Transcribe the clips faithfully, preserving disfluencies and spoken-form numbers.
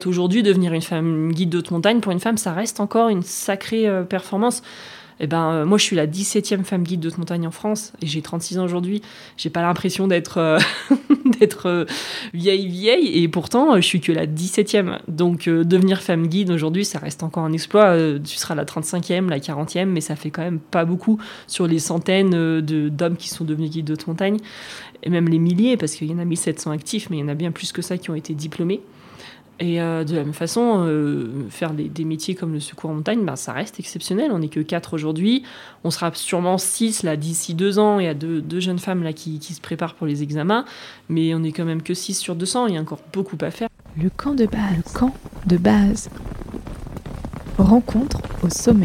Aujourd'hui, devenir une femme guide de haute montagne, pour une femme, ça reste encore une sacrée euh, performance. Eh ben, euh, moi, je suis la dix-septième femme guide de haute montagne en France et j'ai trente-six ans aujourd'hui. J'ai pas l'impression d'être, euh, d'être euh, vieille, vieille et pourtant, euh, je suis que la dix-septième. Donc, euh, devenir femme guide aujourd'hui, ça reste encore un exploit. Euh, tu seras la trente-cinquième, la quarantième, mais ça fait quand même pas beaucoup sur les centaines euh, de, d'hommes qui sont devenus guides de haute montagne et même les milliers, parce qu'il y en a mille sept cents actifs, mais il y en a bien plus que ça qui ont été diplômés. Et euh, de la même façon, euh, faire des, des métiers comme le secours en montagne, ben, ça reste exceptionnel. On n'est que quatre aujourd'hui. On sera sûrement six là, d'ici deux ans. Il y a deux, deux jeunes femmes là, qui, qui se préparent pour les examens. Mais on n'est quand même que six sur deux cents. Il y a encore beaucoup à faire. Le camp de base. Le camp de base. Rencontre au sommet.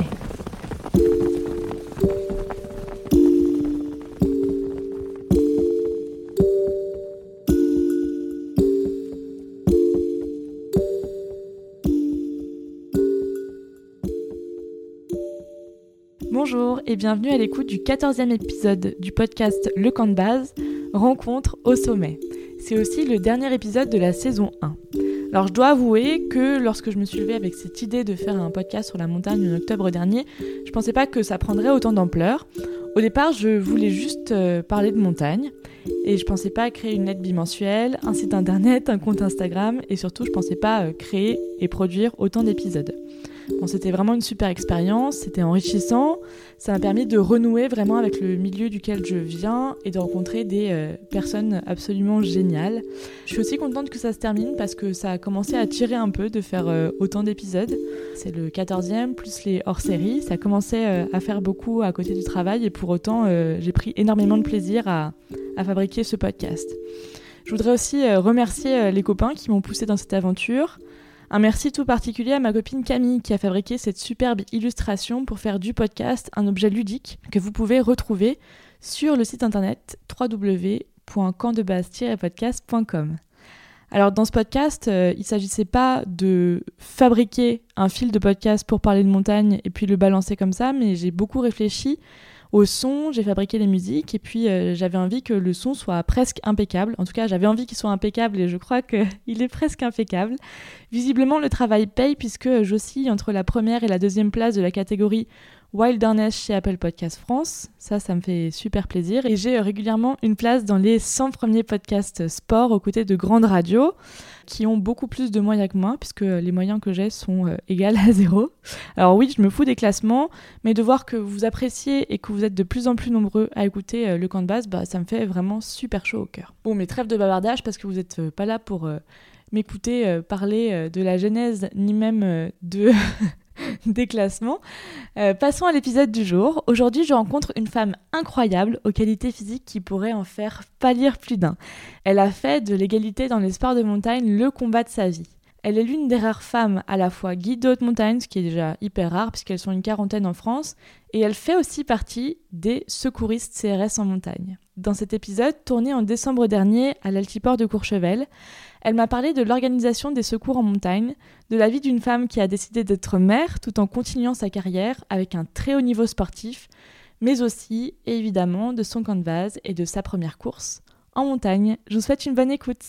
Bonjour et bienvenue à l'écoute du quatorzième épisode du podcast Le camp de base, Rencontre au sommet. C'est aussi le dernier épisode de la saison un. Alors je dois avouer que lorsque je me suis levée avec cette idée de faire un podcast sur la montagne en octobre dernier, je pensais pas que ça prendrait autant d'ampleur. Au départ, je voulais juste euh, parler de montagne et je pensais pas créer une lettre bimensuelle, un site internet, un compte Instagram et surtout je pensais pas euh, créer et produire autant d'épisodes. Bon, c'était vraiment une super expérience, c'était enrichissant, ça m'a permis de renouer vraiment avec le milieu duquel je viens et de rencontrer des euh, personnes absolument géniales. Je suis aussi contente que ça se termine parce que ça a commencé à tirer un peu de faire euh, autant d'épisodes. C'est le quatorzième plus les hors-séries, ça commençait euh, à faire beaucoup à côté du travail et pour autant euh, j'ai pris énormément de plaisir à, à fabriquer ce podcast. Je voudrais aussi euh, remercier euh, les copains qui m'ont poussé dans cette aventure. Un merci tout particulier à ma copine Camille qui a fabriqué cette superbe illustration pour faire du podcast un objet ludique que vous pouvez retrouver sur le site internet w w w point camp de base tiret podcast point com. Alors dans ce podcast, euh, il ne s'agissait pas de fabriquer un fil de podcast pour parler de montagne et puis le balancer comme ça, mais j'ai beaucoup réfléchi au son, j'ai fabriqué les musiques et puis euh, j'avais envie que le son soit presque impeccable. En tout cas, j'avais envie qu'il soit impeccable et je crois qu'il est presque impeccable. Visiblement, le travail paye puisque j'oscille entre la première et la deuxième place de la catégorie Wilderness chez Apple Podcast France. Ça, ça me fait super plaisir. Et j'ai régulièrement une place dans les cent premiers podcasts sport aux côtés de grandes radios qui ont beaucoup plus de moyens que moi puisque les moyens que j'ai sont euh, égaux à zéro. Alors oui, je me fous des classements, mais de voir que vous appréciez et que vous êtes de plus en plus nombreux à écouter euh, le camp de base, bah, ça me fait vraiment super chaud au cœur. Bon, mais trêve de bavardage parce que vous n'êtes euh, pas là pour euh, m'écouter euh, parler euh, de la genèse ni même euh, de... des classements. Euh, passons à l'épisode du jour. Aujourd'hui, je rencontre une femme incroyable aux qualités physiques qui pourraient en faire pâlir plus d'un. Elle a fait de l'égalité dans les sports de montagne le combat de sa vie. Elle est l'une des rares femmes à la fois guide de haute montagne, ce qui est déjà hyper rare puisqu'elles sont une quarantaine en France, et elle fait aussi partie des secouristes C R S en montagne. Dans cet épisode, tourné en décembre dernier à l'Altiport de Courchevel, elle m'a parlé de l'organisation des secours en montagne, de la vie d'une femme qui a décidé d'être mère tout en continuant sa carrière avec un très haut niveau sportif, mais aussi, évidemment, de son camp de base et de sa première course en montagne. Je vous souhaite une bonne écoute.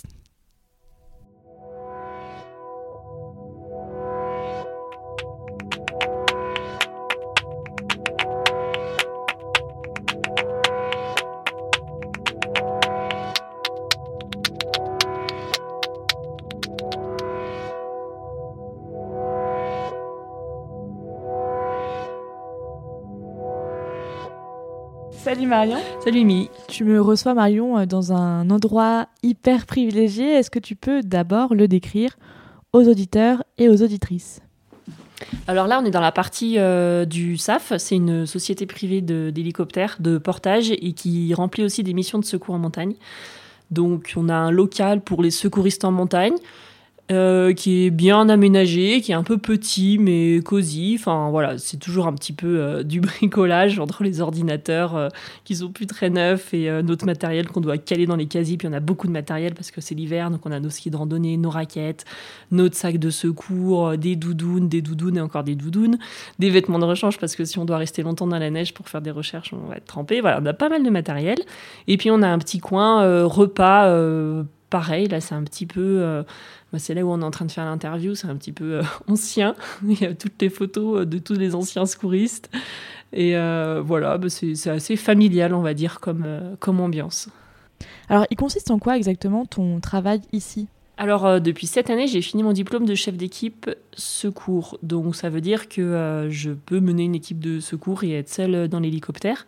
Salut Marion. Salut Émilie. Tu me reçois Marion dans un endroit hyper privilégié. Est-ce que tu peux d'abord le décrire aux auditeurs et aux auditrices ? Alors là, on est dans la partie euh, du S A F. C'est une société privée de, d'hélicoptères, de portage et qui remplit aussi des missions de secours en montagne. Donc on a un local pour les secouristes en montagne. Euh, qui est bien aménagé, qui est un peu petit mais cosy. Enfin voilà, c'est toujours un petit peu euh, du bricolage entre les ordinateurs euh, qui sont plus très neufs et euh, notre matériel qu'on doit caler dans les casiers. Puis on a beaucoup de matériel parce que c'est l'hiver, donc on a nos skis de randonnée, nos raquettes, notre sac de secours, euh, des doudounes, des doudounes et encore des doudounes, des vêtements de rechange parce que si on doit rester longtemps dans la neige pour faire des recherches, on va être trempé. Voilà, on a pas mal de matériel. Et puis on a un petit coin euh, repas. Euh, pareil, là c'est un petit peu, euh, bah, c'est là où on est en train de faire l'interview, c'est un petit peu euh, ancien, il y a toutes les photos de tous les anciens secouristes, et euh, voilà, bah, c'est, c'est assez familial on va dire comme, euh, comme ambiance. Alors il consiste en quoi exactement ton travail ici ? Alors euh, depuis cette année, j'ai fini mon diplôme de chef d'équipe secours, donc ça veut dire que euh, je peux mener une équipe de secours et être seule dans l'hélicoptère.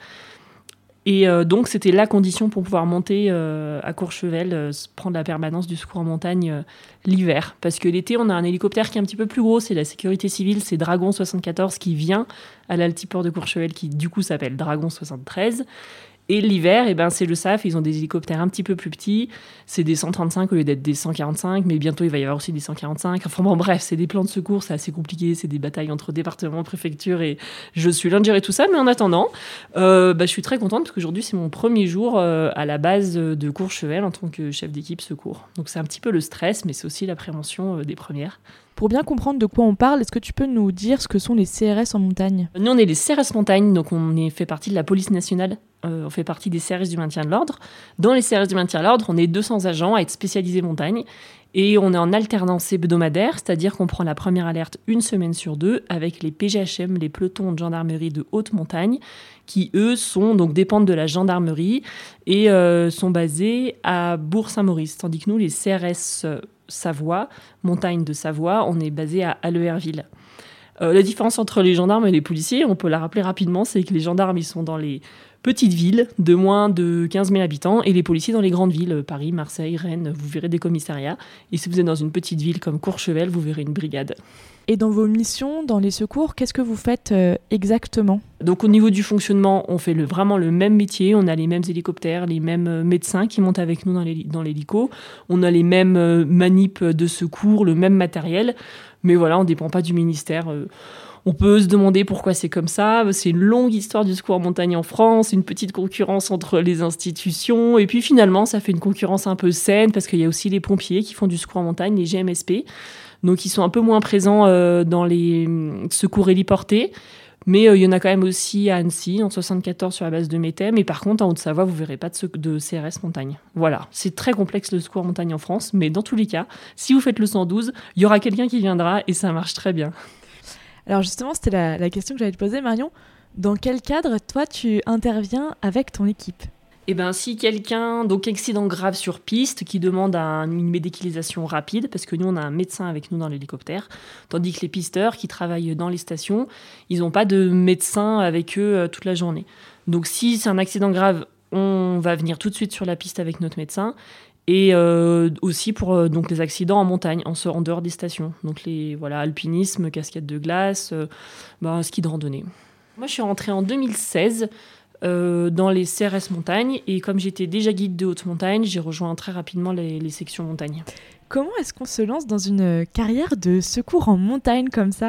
Et euh, donc, c'était la condition pour pouvoir monter euh, à Courchevel, euh, prendre la permanence du secours en montagne euh, l'hiver. Parce que l'été, on a un hélicoptère qui est un petit peu plus gros, c'est la sécurité civile, c'est Dragon soixante-quatorze qui vient à l'altiport de Courchevel, qui du coup s'appelle Dragon soixante-treize. Et l'hiver, eh ben, c'est le S A F, ils ont des hélicoptères un petit peu plus petits, c'est des cent trente-cinq au lieu d'être des cent quarante-cinq, mais bientôt il va y avoir aussi des cent quarante-cinq. Enfin bon, bref, c'est des plans de secours, c'est assez compliqué, c'est des batailles entre départements, préfectures, et je suis loin de gérer tout ça, mais en attendant, euh, bah, je suis très contente parce qu'aujourd'hui c'est mon premier jour euh, à la base de Courchevel en tant que chef d'équipe secours. Donc c'est un petit peu le stress, mais c'est aussi la prévention euh, des premières. Pour bien comprendre de quoi on parle, est-ce que tu peux nous dire ce que sont les C R S en montagne ? Nous, on est les C R S montagne, donc on est, fait partie de la police nationale. Euh, on fait partie des C R S du maintien de l'ordre. Dans les C R S du maintien de l'ordre, on est deux cents agents à être spécialisés montagne. Et on est en alternance hebdomadaire, c'est-à-dire qu'on prend la première alerte une semaine sur deux avec les P G H M, les pelotons de gendarmerie de haute montagne, qui, eux, sont, donc, dépendent de la gendarmerie et euh, sont basés à Bourg-Saint-Maurice. Tandis que nous, les C R S Savoie, montagne de Savoie, on est basé à Halleherville. Euh, la différence entre les gendarmes et les policiers, on peut la rappeler rapidement, c'est que les gendarmes, ils sont dans les petites villes de moins de quinze mille habitants et les policiers dans les grandes villes, Paris, Marseille, Rennes, vous verrez des commissariats. Et si vous êtes dans une petite ville comme Courchevel, vous verrez une brigade. Et dans vos missions, dans les secours, qu'est-ce que vous faites euh, exactement ? Donc au niveau du fonctionnement, on fait le, vraiment le même métier, on a les mêmes hélicoptères, les mêmes euh, médecins qui montent avec nous dans, les, dans l'hélico, on a les mêmes euh, manips de secours, le même matériel, mais voilà, on ne dépend pas du ministère. Euh, on peut se demander pourquoi c'est comme ça, c'est une longue histoire du secours en montagne en France, une petite concurrence entre les institutions, et puis finalement ça fait une concurrence un peu saine, parce qu'il y a aussi les pompiers qui font du secours en montagne, les G M S P, donc ils sont un peu moins présents euh, dans les secours héliportés, mais il euh, y en a quand même aussi à Annecy, en soixante-quatorze sur la base de Méthème, et par contre en Haute-Savoie, vous ne verrez pas de, sec- de C R S montagne. Voilà, c'est très complexe le secours en montagne en France, mais dans tous les cas, si vous faites le cent douze, il y aura quelqu'un qui viendra et ça marche très bien. Alors justement, c'était la, la question que j'allais te poser, Marion. Dans quel cadre, toi, tu interviens avec ton équipe ? Eh bien, si quelqu'un, donc accident grave sur piste, qui demande un, une médicalisation rapide, parce que nous, on a un médecin avec nous dans l'hélicoptère, tandis que les pisteurs qui travaillent dans les stations, ils n'ont pas de médecin avec eux euh, toute la journée. Donc, si c'est un accident grave, on va venir tout de suite sur la piste avec notre médecin, et euh, aussi pour euh, donc les accidents en montagne, en, en dehors des stations. Donc, les, voilà, alpinisme, cascade de glace, euh, bah, ski de randonnée. Moi, je suis rentrée en deux mille seize, Euh, dans les C R S montagne, et comme j'étais déjà guide de haute montagne, j'ai rejoint très rapidement les, les sections montagne. Comment est-ce qu'on se lance dans une carrière de secours en montagne comme ça ?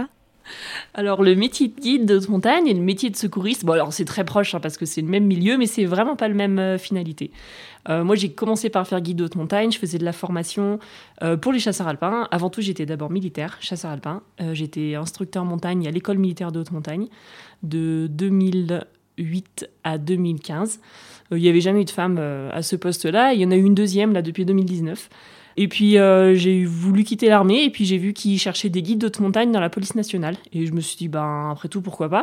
Alors le métier de guide de haute montagne et le métier de secouriste, bon alors c'est très proche hein, parce que c'est le même milieu, mais c'est vraiment pas la même euh, finalité. Euh, moi j'ai commencé par faire guide de haute montagne, je faisais de la formation euh, pour les chasseurs alpins. Avant tout j'étais d'abord militaire, chasseur alpin. Euh, j'étais instructeur montagne à l'école militaire de haute montagne de deux mille huit à deux mille quinze. Il euh, n'y avait jamais eu de femme euh, à ce poste-là. Il y en a eu une deuxième là, depuis deux mille dix-neuf. Et puis, euh, j'ai voulu quitter l'armée et puis j'ai vu qu'ils cherchaient des guides d'haute montagne dans la police nationale. Et je me suis dit, ben, après tout, pourquoi pas ?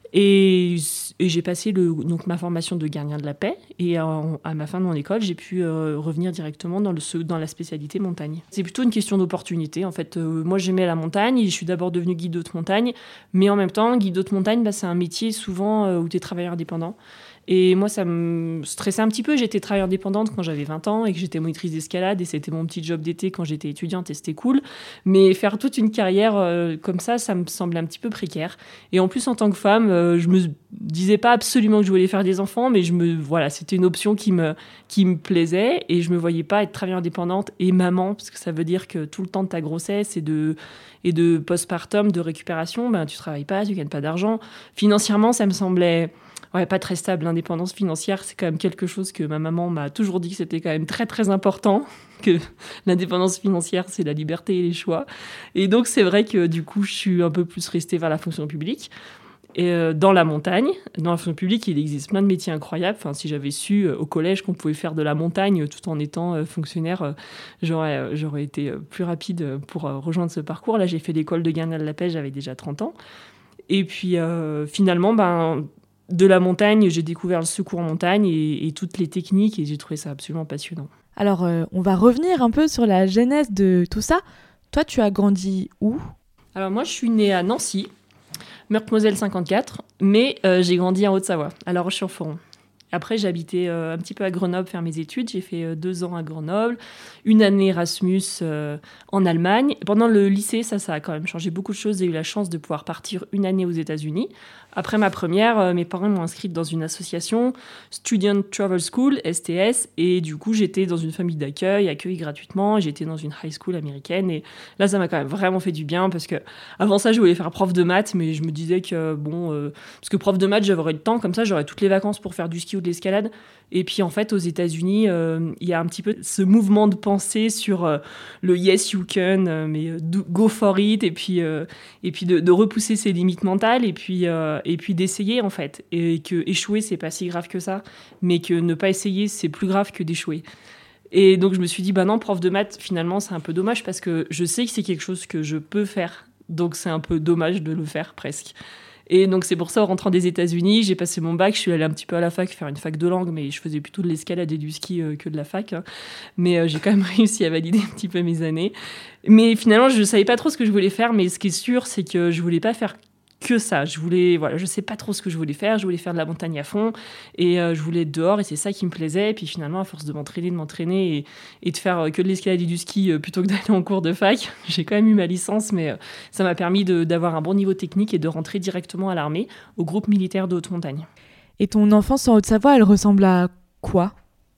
Et, et j'ai passé le, donc, ma formation de gardien de la paix. Et euh, à ma fin de mon école, j'ai pu euh, revenir directement dans, le, dans la spécialité montagne. C'est plutôt une question d'opportunité. En fait, euh, moi, j'aimais la montagne et je suis d'abord devenue guide d'haute montagne. Mais en même temps, guide d'haute montagne, bah, c'est un métier souvent euh, où tu es travailleur indépendant. Et moi, ça me stressait un petit peu. J'étais travailleuse indépendante quand j'avais vingt ans et que j'étais monitrice d'escalade. Et c'était mon petit job d'été quand j'étais étudiante et c'était cool. Mais faire toute une carrière euh, comme ça, ça me semblait un petit peu précaire. Et en plus, en tant que femme, euh, je me disais pas absolument que je voulais faire des enfants, mais je me, voilà, c'était une option qui me, qui me plaisait. Et je me voyais pas être travailleuse indépendante et maman, parce que ça veut dire que tout le temps de ta grossesse et de, et de postpartum, de récupération, ben, tu travailles pas, tu gagnes pas d'argent. Financièrement, ça me semblait... Ouais, pas très stable. L'indépendance financière, c'est quand même quelque chose que ma maman m'a toujours dit que c'était quand même très, très important, que l'indépendance financière, c'est la liberté et les choix. Et donc, c'est vrai que du coup, je suis un peu plus restée vers la fonction publique. et, euh, dans la montagne. Dans la fonction publique, il existe plein de métiers incroyables. Enfin, si j'avais su euh, au collège qu'on pouvait faire de la montagne tout en étant euh, fonctionnaire, euh, j'aurais, euh, j'aurais été euh, plus rapide pour euh, rejoindre ce parcours. Là, j'ai fait l'école de Guernal-la-Pêche, j'avais déjà trente ans. Et puis, euh, finalement, ben, de la montagne, j'ai découvert le secours en montagne et, et toutes les techniques, et j'ai trouvé ça absolument passionnant. Alors, euh, on va revenir un peu sur la genèse de tout ça. Toi, tu as grandi où ? Alors moi, je suis née à Nancy, Meurthe-Moselle cinquante-quatre, mais euh, j'ai grandi en Haute-Savoie, à La Roche-sur-Foron. Après, j'ai habité euh, un petit peu à Grenoble faire mes études. J'ai fait euh, deux ans à Grenoble, une année Erasmus euh, en Allemagne. Pendant le lycée, ça, ça a quand même changé beaucoup de choses. J'ai eu la chance de pouvoir partir une année aux États-Unis. Après ma première, euh, mes parents m'ont inscrite dans une association, Student Travel School, S T S, et du coup, j'étais dans une famille d'accueil, accueillie gratuitement. J'étais dans une high school américaine, et là, ça m'a quand même vraiment fait du bien, parce que avant ça, je voulais faire prof de maths, mais je me disais que, bon, euh, parce que prof de maths, j'aurais le temps, comme ça, j'aurais toutes les vacances pour faire du ski ou de l'escalade. Et puis en fait, aux États-Unis, euh, il y a un petit peu ce mouvement de pensée sur euh, le yes you can, euh, mais euh, do, go for it, et puis euh, et puis de, de repousser ses limites mentales, et puis euh, et puis d'essayer en fait, et que échouer c'est pas si grave que ça, mais que ne pas essayer c'est plus grave que d'échouer. Et donc je me suis dit bah non, prof de maths finalement c'est un peu dommage parce que je sais que c'est quelque chose que je peux faire, donc c'est un peu dommage de le faire presque. Et donc, c'est pour ça, en rentrant des États-Unis, j'ai passé mon bac, je suis allée un petit peu à la fac faire une fac de langue, mais je faisais plutôt de l'escalade et du ski euh, que de la fac. Hein. Mais euh, j'ai quand même réussi à valider un petit peu mes années. Mais finalement, je ne savais pas trop ce que je voulais faire, mais ce qui est sûr, c'est que je ne voulais pas faire que ça. Je voulais, voilà, je sais pas trop ce que je voulais faire. Je voulais faire de la montagne à fond et euh, je voulais être dehors et c'est ça qui me plaisait. Et puis finalement, à force de m'entraîner, de m'entraîner et, et de faire euh, que de l'escalade et du ski euh, plutôt que d'aller en cours de fac, j'ai quand même eu ma licence, mais euh, ça m'a permis de, d'avoir un bon niveau technique et de rentrer directement à l'armée, au groupe militaire de haute montagne. Et ton enfance en Haute-Savoie, elle ressemble à quoi ?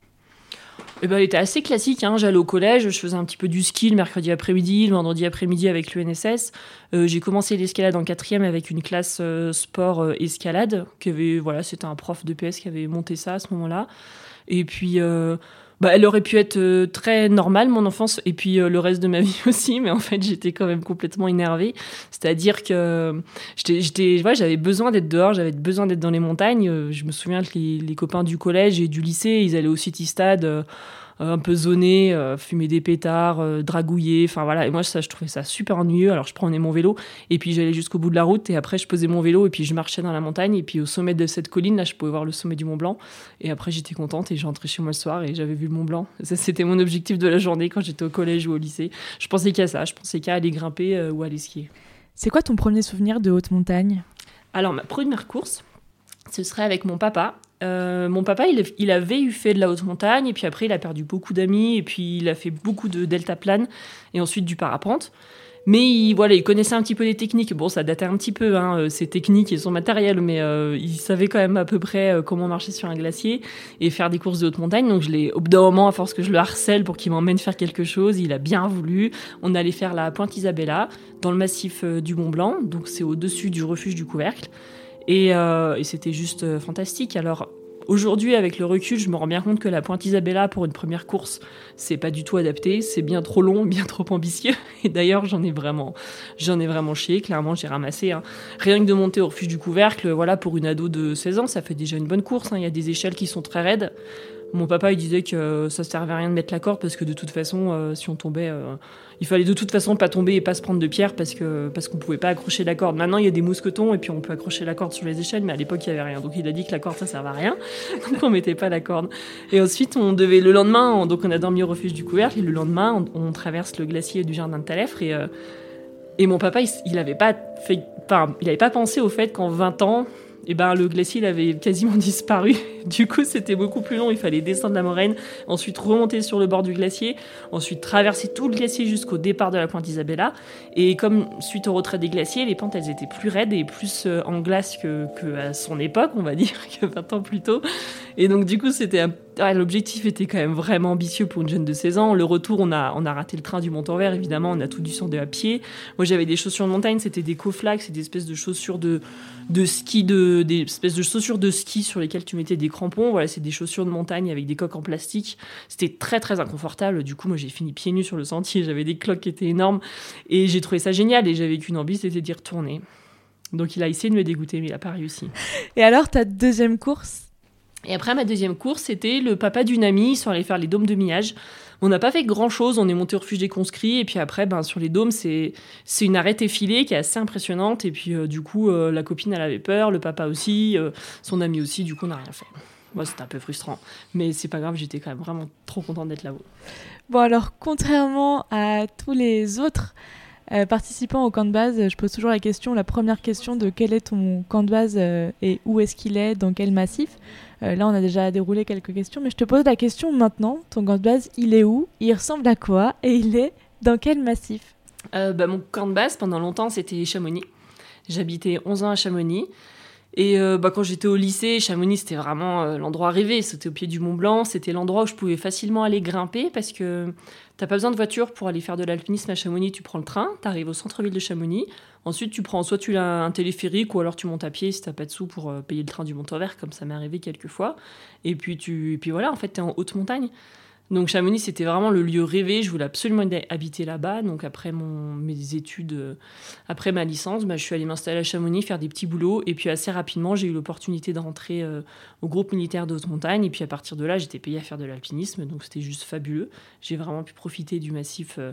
Eh ben, elle était assez classique, hein. J'allais au collège, je faisais un petit peu du ski le mercredi après-midi, le vendredi après-midi avec l'U N S S. Euh, j'ai commencé l'escalade en quatrième avec une classe euh, sport euh, escalade. Qui avait, voilà, c'était un prof de P S qui avait monté ça à ce moment-là. Et puis, euh, bah, elle aurait pu être euh, très normale, mon enfance, et puis euh, le reste de ma vie aussi, mais en fait, j'étais quand même complètement énervée. C'est-à-dire que j'étais, j'étais, ouais, j'avais besoin d'être dehors, j'avais besoin d'être dans les montagnes. Euh, je me souviens que les, les copains du collège et du lycée, ils allaient au City Stade, euh, un peu zoné, euh, fumer des pétards, euh, dragouiller, enfin voilà. Et moi, ça, je trouvais ça super ennuyeux. Alors, je prenais mon vélo et puis j'allais jusqu'au bout de la route et après, je posais mon vélo et puis je marchais dans la montagne. Et puis, au sommet de cette colline, là, je pouvais voir le sommet du Mont Blanc. Et après, j'étais contente et je rentrais chez moi le soir et j'avais vu le Mont Blanc. Ça, c'était mon objectif de la journée quand j'étais au collège ou au lycée. Je pensais qu'à ça. Je pensais qu'à aller grimper euh, ou aller skier. C'est quoi ton premier souvenir de haute montagne ? Alors, ma première course, ce serait avec mon papa. Euh, mon papa, il, il avait eu fait de la haute montagne, et puis après, il a perdu beaucoup d'amis, et puis il a fait beaucoup de deltaplane, et ensuite du parapente. Mais il, voilà, il connaissait un petit peu les techniques. Bon, ça datait un petit peu, hein, ses techniques et son matériel, mais euh, il savait quand même à peu près euh, comment marcher sur un glacier et faire des courses de haute montagne. Donc, je l'ai, au bout d'un moment, à force que je le harcèle pour qu'il m'emmène faire quelque chose, il a bien voulu. On allait faire la Pointe Isabella, dans le massif euh, du Mont Blanc, donc c'est au-dessus du refuge du Couvercle. Et, euh, et c'était juste euh, fantastique. Alors, aujourd'hui, avec le recul, je me rends bien compte que la Pointe Isabella, pour une première course, c'est pas du tout adapté. C'est bien trop long, bien trop ambitieux. Et d'ailleurs, j'en ai vraiment, j'en ai vraiment chié. Clairement, j'ai ramassé. Hein. Rien que de monter au refuge du Couvercle, voilà, pour une ado de seize ans, ça fait déjà une bonne course. Hein. Il y a des échelles qui sont très raides. Mon papa, il disait que ça servait à rien de mettre la corde parce que de toute façon, euh, si on tombait, euh, il fallait de toute façon pas tomber et pas se prendre de pierre parce que parce qu'on pouvait pas accrocher la corde. Maintenant, il y a des mousquetons et puis on peut accrocher la corde sur les échelles, mais à l'époque, il y avait rien. Donc, il a dit que la corde, ça servait à rien. Donc, on mettait pas la corde. Et ensuite, on devait le lendemain, on, donc on a dormi au refuge du Couvercle et le lendemain, on, on traverse le glacier du jardin de Talefre et euh, et mon papa, il, il avait pas fait, enfin, il avait pas pensé au fait qu'en vingt ans. Et ben, le glacier il avait quasiment disparu. Du coup, c'était beaucoup plus long. Il fallait descendre la moraine, ensuite remonter sur le bord du glacier, ensuite traverser tout le glacier jusqu'au départ de la Pointe Isabella. Et comme suite au retrait des glaciers, les pentes elles étaient plus raides et plus en glace que, que à son époque, on va dire, que vingt ans plus tôt. Et donc du coup, c'était un... ouais, l'objectif était quand même vraiment ambitieux pour une jeune de seize ans. Le retour, on a, on a raté le train du Mont-en-Vert, évidemment, on a tout descendu à pied. Moi, j'avais des chaussures de montagne, c'était des Koflax, c'est des espèces de chaussures de, de ski, de, des espèces de chaussures de ski sur lesquelles tu mettais des crampons. Voilà, c'est des chaussures de montagne avec des coques en plastique. C'était très, très inconfortable. Du coup, moi, j'ai fini pieds nus sur le sentier. J'avais des cloques qui étaient énormes et j'ai trouvé ça génial et j'avais qu'une envie, c'était d'y retourner. Donc il a essayé de me dégoûter, mais il n'a pas réussi. Et alors, ta deuxième course ? Et après, ma deuxième course, c'était le papa d'une amie. Ils sont allés faire les dômes de Millage. On n'a pas fait grand-chose. On est monté au refuge des conscrits. Et puis après, ben, sur les dômes, c'est, c'est une arête effilée qui est assez impressionnante. Et puis, euh, du coup, euh, la copine, elle avait peur. Le papa aussi. Euh, son ami aussi. Du coup, on n'a rien fait. Moi, c'était un peu frustrant. Mais c'est pas grave. J'étais quand même vraiment trop contente d'être là-haut. Bon, alors, contrairement à tous les autres euh, participants au camp de base, je pose toujours la question, la première question de quel est ton camp de base euh, et où est-ce qu'il est, dans quel massif. Euh, là, on a déjà déroulé quelques questions, mais je te pose la question maintenant. Ton camp de base, il est où ? Il ressemble à quoi ? Et il est dans quel massif ? euh, bah, Mon camp de base, pendant longtemps, c'était Chamonix. J'habitais onze ans à Chamonix. Et euh, bah, quand j'étais au lycée, Chamonix, c'était vraiment euh, l'endroit rêvé. C'était au pied du Mont Blanc. C'était l'endroit où je pouvais facilement aller grimper parce que t'as pas besoin de voiture pour aller faire de l'alpinisme à Chamonix. Tu prends le train, t'arrives au centre-ville de Chamonix. Ensuite, tu prends soit tu as un téléphérique ou alors tu montes à pied si t'as pas de sous pour euh, payer le train du Mont-Auvergne, comme ça m'est arrivé quelques fois. Et puis, tu... Et puis voilà, en fait, t'es en haute montagne. Donc Chamonix, c'était vraiment le lieu rêvé. Je voulais absolument habiter là-bas. Donc après mon, mes études, euh, après ma licence, bah, je suis allée m'installer à Chamonix, faire des petits boulots. Et puis assez rapidement, j'ai eu l'opportunité de rentrer euh, au groupe militaire de haute montagne. Et puis à partir de là, j'étais payée à faire de l'alpinisme. Donc c'était juste fabuleux. J'ai vraiment pu profiter du massif euh,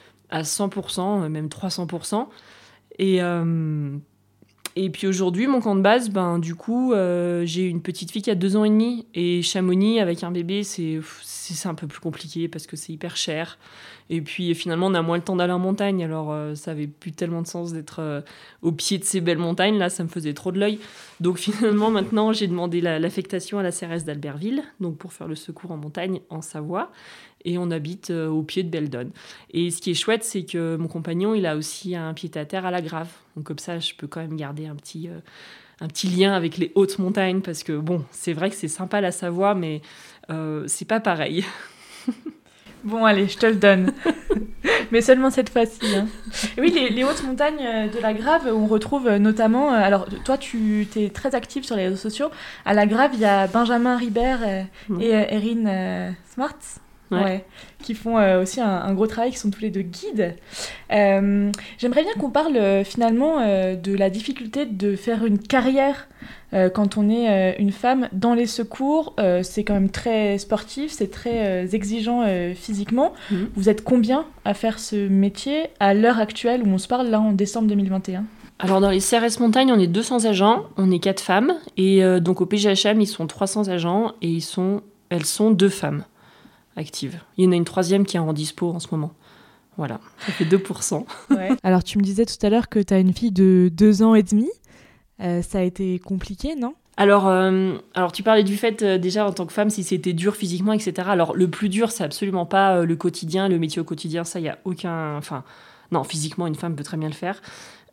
à cent pour cent, euh, même trois cents pour cent. Et... Euh, Et puis aujourd'hui, mon camp de base, ben, du coup, euh, j'ai une petite fille qui a deux ans et demi. Et Chamonix, avec un bébé, c'est, c'est, c'est un peu plus compliqué parce que c'est hyper cher. Et puis finalement, on a moins le temps d'aller en montagne. Alors, euh, ça avait plus tellement de sens d'être euh, au pied de ces belles montagnes. Là, ça me faisait trop de l'œil. Donc finalement, maintenant, j'ai demandé la, l'affectation à la C R S d'Albertville, donc pour faire le secours en montagne en Savoie. Et on habite euh, au pied de Beldon. Et ce qui est chouette, c'est que mon compagnon, il a aussi un pied-à-terre à la Grave. Donc comme ça, je peux quand même garder un petit, euh, un petit lien avec les hautes montagnes, parce que bon, c'est vrai que c'est sympa la Savoie, mais euh, c'est pas pareil. Bon, allez, je te le donne. Mais seulement cette fois-ci. Hein. Et oui, les, les hautes montagnes de la Grave, on retrouve notamment... Alors, toi, tu es très active sur les réseaux sociaux. À la Grave, il y a Benjamin Ribert et, mmh. et euh, Erin euh, Smart. Ouais. Ouais, qui font euh, aussi un, un gros travail, qui sont tous les deux guides. Euh, j'aimerais bien qu'on parle euh, finalement euh, de la difficulté de faire une carrière euh, quand on est euh, une femme dans les secours. Euh, c'est quand même très sportif, c'est très euh, exigeant euh, physiquement. Mmh. Vous êtes combien à faire ce métier à l'heure actuelle où on se parle, là en décembre deux mille vingt et un ? Alors dans les C R S Montagne, on est deux cents agents, on est quatre femmes. Et euh, donc au P G H M, ils sont trois cents agents et ils sont, elles sont deux femmes active. Il y en a une troisième qui est en dispo en ce moment. Voilà, ça fait deux pour cent. Ouais. Alors, tu me disais tout à l'heure que tu as une fille de deux ans et demi. Euh, ça a été compliqué, non ? Alors, euh, alors, tu parlais du fait, euh, déjà, en tant que femme, si c'était dur physiquement, et cetera. Alors, le plus dur, c'est absolument pas euh, le quotidien, le métier au quotidien. Ça, il n'y a aucun... Enfin, non, physiquement, une femme peut très bien le faire.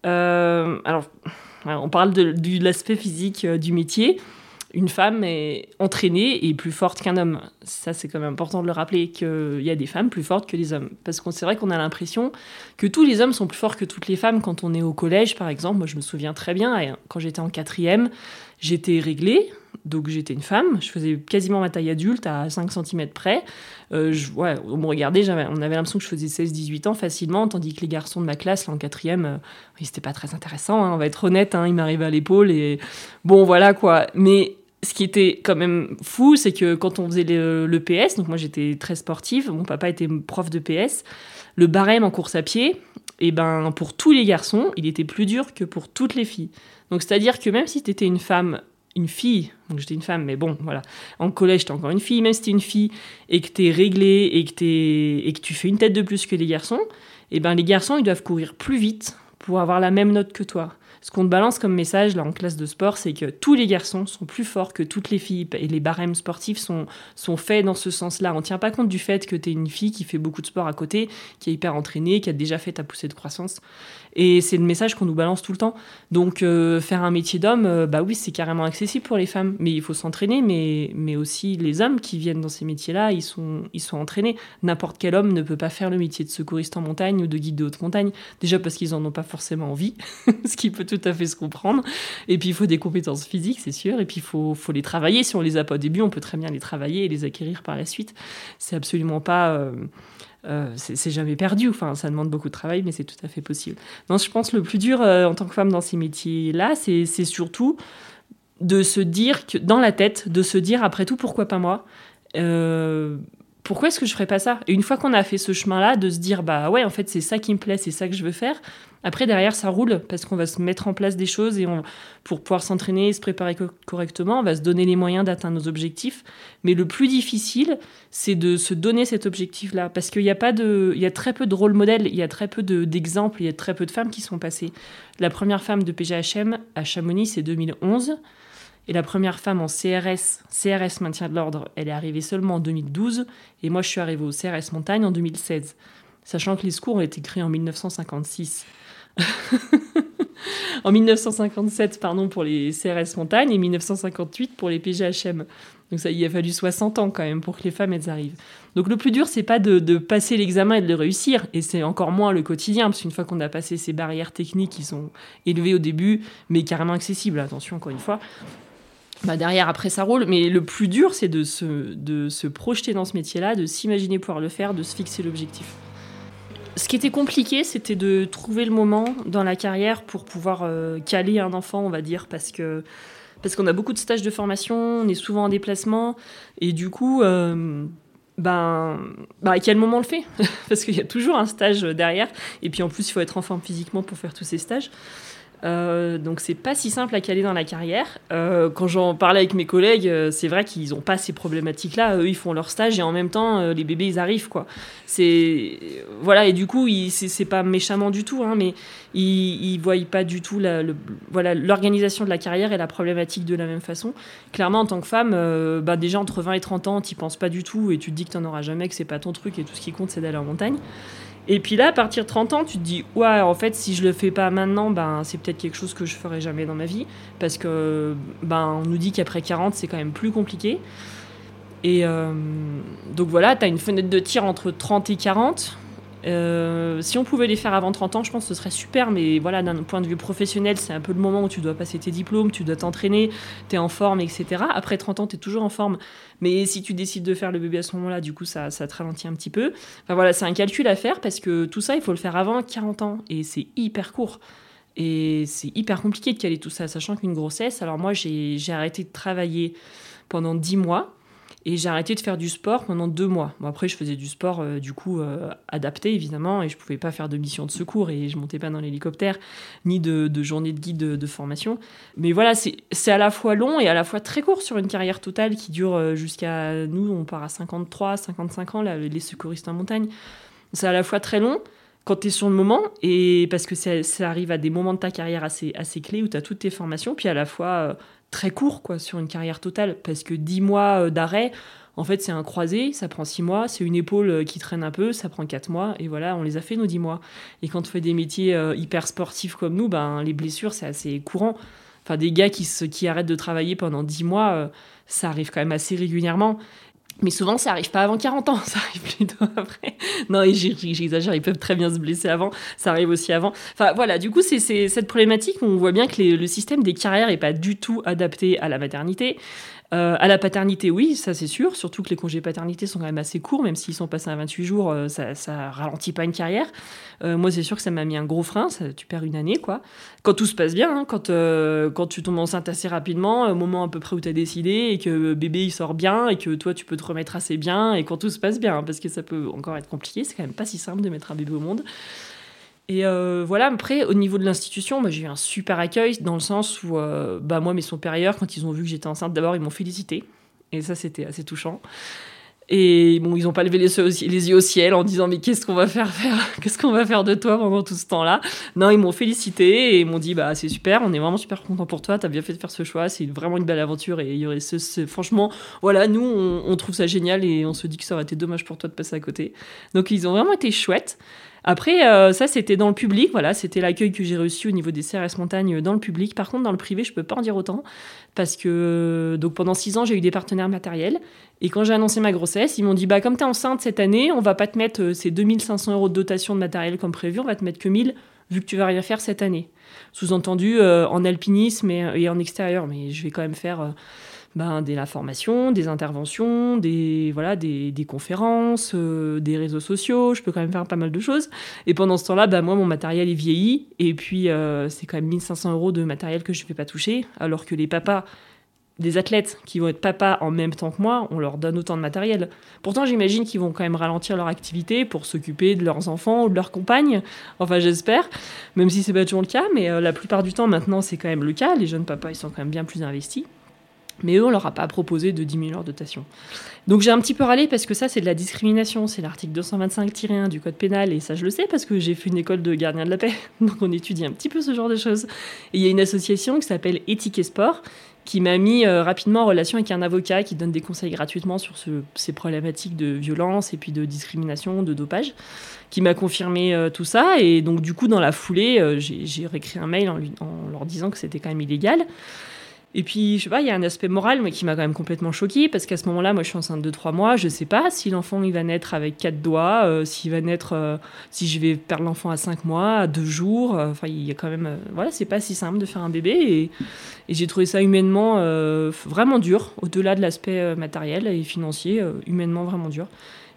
Euh, alors, on parle de, de l'aspect physique euh, du métier. Une femme est entraînée et plus forte qu'un homme. Ça, c'est quand même important de le rappeler, qu'il y a des femmes plus fortes que les hommes. Parce que c'est vrai qu'on a l'impression que tous les hommes sont plus forts que toutes les femmes quand on est au collège, par exemple. Moi, je me souviens très bien, quand j'étais en quatrième, j'étais réglée, donc j'étais une femme. Je faisais quasiment ma taille adulte à cinq centimètres près. Euh, je, ouais, on me regardait, j'avais, on avait l'impression que je faisais seize dix-huit ans facilement, tandis que les garçons de ma classe, là, en quatrième, euh, c'était pas très intéressant, hein, on va être honnête, hein, ils m'arrivaient à l'épaule et bon, voilà quoi. Mais ce qui était quand même fou, c'est que quand on faisait le, le P S, donc moi j'étais très sportive, mon papa était prof de P S, le barème en course à pied, et ben pour tous les garçons, il était plus dur que pour toutes les filles. Donc c'est-à-dire que même si t'étais une femme, une fille, donc j'étais une femme, mais bon, voilà, en collège t'es encore une fille, même si t'es une fille et que t'es réglée et que, t'es, et que tu fais une tête de plus que les garçons, et ben les garçons ils doivent courir plus vite pour avoir la même note que toi. Ce qu'on te balance comme message là en classe de sport, c'est que tous les garçons sont plus forts que toutes les filles et les barèmes sportifs sont, sont faits dans ce sens-là. On ne tient pas compte du fait que tu es une fille qui fait beaucoup de sport à côté, qui est hyper entraînée, qui a déjà fait ta poussée de croissance. Et c'est le message qu'on nous balance tout le temps. Donc euh, faire un métier d'homme, euh, bah oui, c'est carrément accessible pour les femmes, mais il faut s'entraîner. Mais, mais aussi les hommes qui viennent dans ces métiers-là, ils sont, ils sont entraînés. N'importe quel homme ne peut pas faire le métier de secouriste en montagne ou de guide de haute montagne, déjà parce qu'ils n'en ont pas forcément envie, ce qui peut tout à fait se comprendre. Et puis il faut des compétences physiques, c'est sûr, et puis il faut, faut les travailler. Si on les a pas au début, on peut très bien les travailler et les acquérir par la suite. C'est absolument pas... Euh, euh, c'est, c'est jamais perdu. Enfin, ça demande beaucoup de travail, mais c'est tout à fait possible. Non, je pense que le plus dur euh, en tant que femme dans ces métiers-là, c'est, c'est surtout de se dire, que, dans la tête, de se dire, après tout, pourquoi pas moi euh, Pourquoi est-ce que je ferais pas ça ? Et une fois qu'on a fait ce chemin-là, de se dire, bah ouais, en fait, c'est ça qui me plaît, c'est ça que je veux faire. Après, derrière, ça roule, parce qu'on va se mettre en place des choses et on, pour pouvoir s'entraîner, se préparer co- correctement, on va se donner les moyens d'atteindre nos objectifs. Mais le plus difficile, c'est de se donner cet objectif-là, parce qu'il y a pas de, il y a très peu de rôle modèle, il y a très peu de, d'exemples, il y a très peu de femmes qui sont passées. La première femme de P G H M à Chamonix, c'est deux mille onze. Et la première femme en C R S, C R S maintien de l'ordre, elle est arrivée seulement en deux mille douze. Et moi, je suis arrivée au C R S montagne en deux mille seize. Sachant que les secours ont été créés en dix-neuf cent cinquante-six. En dix-neuf cent cinquante-sept, pardon, pour les C R S montagne et dix-neuf cent cinquante-huit pour les P G H M. Donc ça, il a fallu soixante ans quand même pour que les femmes, elles arrivent. Donc le plus dur, c'est pas de, de passer l'examen et de le réussir. Et c'est encore moins le quotidien, parce qu'une fois qu'on a passé ces barrières techniques qui sont élevées au début, mais carrément accessibles, attention, encore une fois, bah derrière, après, ça roule. Mais le plus dur, c'est de se, de se projeter dans ce métier-là, de s'imaginer pouvoir le faire, de se fixer l'objectif. Ce qui était compliqué, c'était de trouver le moment dans la carrière pour pouvoir euh, caler un enfant, on va dire, parce que parce qu'on a beaucoup de stages de formation, on est souvent en déplacement, et du coup, euh, ben, ben, à quel moment on le fait ? Parce qu'il y a toujours un stage derrière, et puis en plus, il faut être en forme physiquement pour faire tous ces stages. Euh, donc c'est pas si simple à caler dans la carrière. Euh, quand j'en parlais avec mes collègues, euh, c'est vrai qu'ils ont pas ces problématiques-là. Eux, ils font leur stage et en même temps, euh, les bébés, ils arrivent, quoi. C'est voilà, et du coup, ils, c'est, c'est pas méchamment du tout, hein, mais ils, ils voient pas du tout la, le, voilà, l'organisation de la carrière et la problématique de la même façon. Clairement, en tant que femme, euh, bah déjà entre vingt et trente ans, t'y penses pas du tout et tu te dis que t'en auras jamais, que c'est pas ton truc et tout ce qui compte, c'est d'aller en montagne. Et puis là, à partir de trente ans, tu te dis, ouais, en fait, si je le fais pas maintenant, ben, c'est peut-être quelque chose que je ferai jamais dans ma vie. Parce que, ben, on nous dit qu'après quarante, c'est quand même plus compliqué. Et euh, donc voilà, t'as une fenêtre de tir entre trente et quarante. Euh, si on pouvait les faire avant trente ans, je pense que ce serait super, mais voilà, d'un point de vue professionnel, c'est un peu le moment où tu dois passer tes diplômes, tu dois t'entraîner, t'es en forme, et cetera. Après trente ans, t'es toujours en forme, mais si tu décides de faire le bébé à ce moment-là, du coup, ça, ça te ralentit un petit peu. Enfin voilà, c'est un calcul à faire parce que tout ça, il faut le faire avant quarante ans, et c'est hyper court. Et c'est hyper compliqué de caler tout ça, sachant qu'une grossesse, alors moi, j'ai, j'ai arrêté de travailler pendant dix mois, et j'ai arrêté de faire du sport pendant deux mois. Bon, après, je faisais du sport, euh, du coup, euh, adapté, évidemment, et je pouvais pas faire de mission de secours, et je montais pas dans l'hélicoptère, ni de, de journée de guide de, de formation. Mais voilà, c'est, c'est à la fois long et à la fois très court sur une carrière totale qui dure jusqu'à... Nous, on part à cinquante-trois, cinquante-cinq ans, là, les secouristes en montagne. C'est à la fois très long quand tu es sur le moment, et parce que ça, ça arrive à des moments de ta carrière assez, assez clés où tu as toutes tes formations, puis à la fois... Euh, très court, quoi, sur une carrière totale, parce que dix mois d'arrêt, en fait, c'est un croisé, ça prend six mois, c'est une épaule qui traîne un peu, ça prend quatre mois, et voilà, on les a fait, nos dix mois. Et quand on fait des métiers euh, hyper sportifs comme nous, ben, les blessures, c'est assez courant. Enfin, des gars qui, se, qui arrêtent de travailler pendant dix mois, euh, ça arrive quand même assez régulièrement. Mais souvent, ça arrive pas avant quarante ans, ça arrive plutôt après. Non, et j'exagère, ils peuvent très bien se blesser avant, ça arrive aussi avant. Enfin, voilà, du coup, c'est, c'est cette problématique où on voit bien que les, le système des carrières est pas du tout adapté à la maternité. Euh, à la paternité, oui, ça c'est sûr, surtout que les congés paternité sont quand même assez courts, même s'ils sont passés à vingt-huit jours, euh, ça, ça ralentit pas une carrière. Euh, moi, c'est sûr que ça m'a mis un gros frein, ça, tu perds une année, quoi. Quand tout se passe bien, hein, quand, euh, quand tu tombes enceinte assez rapidement, au moment à peu près où tu as décidé, et que bébé il sort bien, et que toi tu peux te remettre assez bien, et quand tout se passe bien, hein, parce que ça peut encore être compliqué, c'est quand même pas si simple de mettre un bébé au monde. Et euh, voilà, après, au niveau de l'institution, bah, j'ai eu un super accueil dans le sens où, euh, bah, moi, mes supérieurs, quand ils ont vu que j'étais enceinte, d'abord, ils m'ont félicité. Et ça, c'était assez touchant. Et bon, ils n'ont pas levé les yeux, les yeux au ciel en disant « Mais qu'est-ce qu'on va faire, faire Qu'est-ce qu'on va faire de toi pendant tout ce temps-là ?» Non, ils m'ont félicité et ils m'ont dit « Bah, c'est super, on est vraiment super contents pour toi, t'as bien fait de faire ce choix, c'est vraiment une belle aventure. » Et il y aurait ce, ce, franchement, voilà, nous, on, on trouve ça génial et on se dit que ça aurait été dommage pour toi de passer à côté. Donc, ils ont vraiment été chouettes. Après, euh, ça, c'était dans le public, voilà, c'était l'accueil que j'ai reçu au niveau des C R S Montagne dans le public. Par contre, dans le privé, je peux pas en dire autant, parce que donc pendant six ans, j'ai eu des partenaires matériels, et quand j'ai annoncé ma grossesse, ils m'ont dit, bah, comme t'es enceinte cette année, on va pas te mettre euh, ces deux mille cinq cents euros de dotation de matériel comme prévu, on va te mettre que mille, vu que tu vas rien faire cette année. Sous-entendu, euh, en alpinisme et, et en extérieur, mais je vais quand même faire... Euh, ben, de la formation, des interventions, des, voilà, des, des conférences, euh, des réseaux sociaux. Je peux quand même faire pas mal de choses. Et pendant ce temps-là, ben, moi, mon matériel est vieilli. Et puis, euh, c'est quand même mille cinq cents euros de matériel que je ne vais pas toucher. Alors que les papas, des athlètes qui vont être papas en même temps que moi, on leur donne autant de matériel. Pourtant, j'imagine qu'ils vont quand même ralentir leur activité pour s'occuper de leurs enfants ou de leurs compagnes. Enfin, j'espère. Même si c'est pas toujours le cas. Mais euh, la plupart du temps, maintenant, c'est quand même le cas. Les jeunes papas, ils sont quand même bien plus investis. Mais eux, on leur a pas proposé de dix mille heures de dotation. Donc j'ai un petit peu râlé parce que ça, c'est de la discrimination. C'est l'article deux cent vingt-cinq tiret un du Code pénal. Et ça, je le sais parce que j'ai fait une école de gardien de la paix. Donc on étudie un petit peu ce genre de choses. Et il y a une association qui s'appelle Éthique et Sport qui m'a mis euh, rapidement en relation avec un avocat qui donne des conseils gratuitement sur ce, ces problématiques de violence et puis de discrimination, de dopage, qui m'a confirmé euh, tout ça. Et donc du coup, dans la foulée, euh, j'ai, j'ai réécrit un mail en, lui, en leur disant que c'était quand même illégal. Et puis, je sais pas, il y a un aspect moral mais qui m'a quand même complètement choquée, parce qu'à ce moment-là, moi, je suis enceinte de trois mois, je sais pas si l'enfant, il va naître avec quatre doigts, euh, s'il va naître, euh, si je vais perdre l'enfant à cinq mois, à deux jours, euh, enfin, il y a quand même, euh, voilà, c'est pas si simple de faire un bébé, et, et j'ai trouvé ça humainement euh, vraiment dur, au-delà de l'aspect euh, matériel et financier, euh, humainement vraiment dur.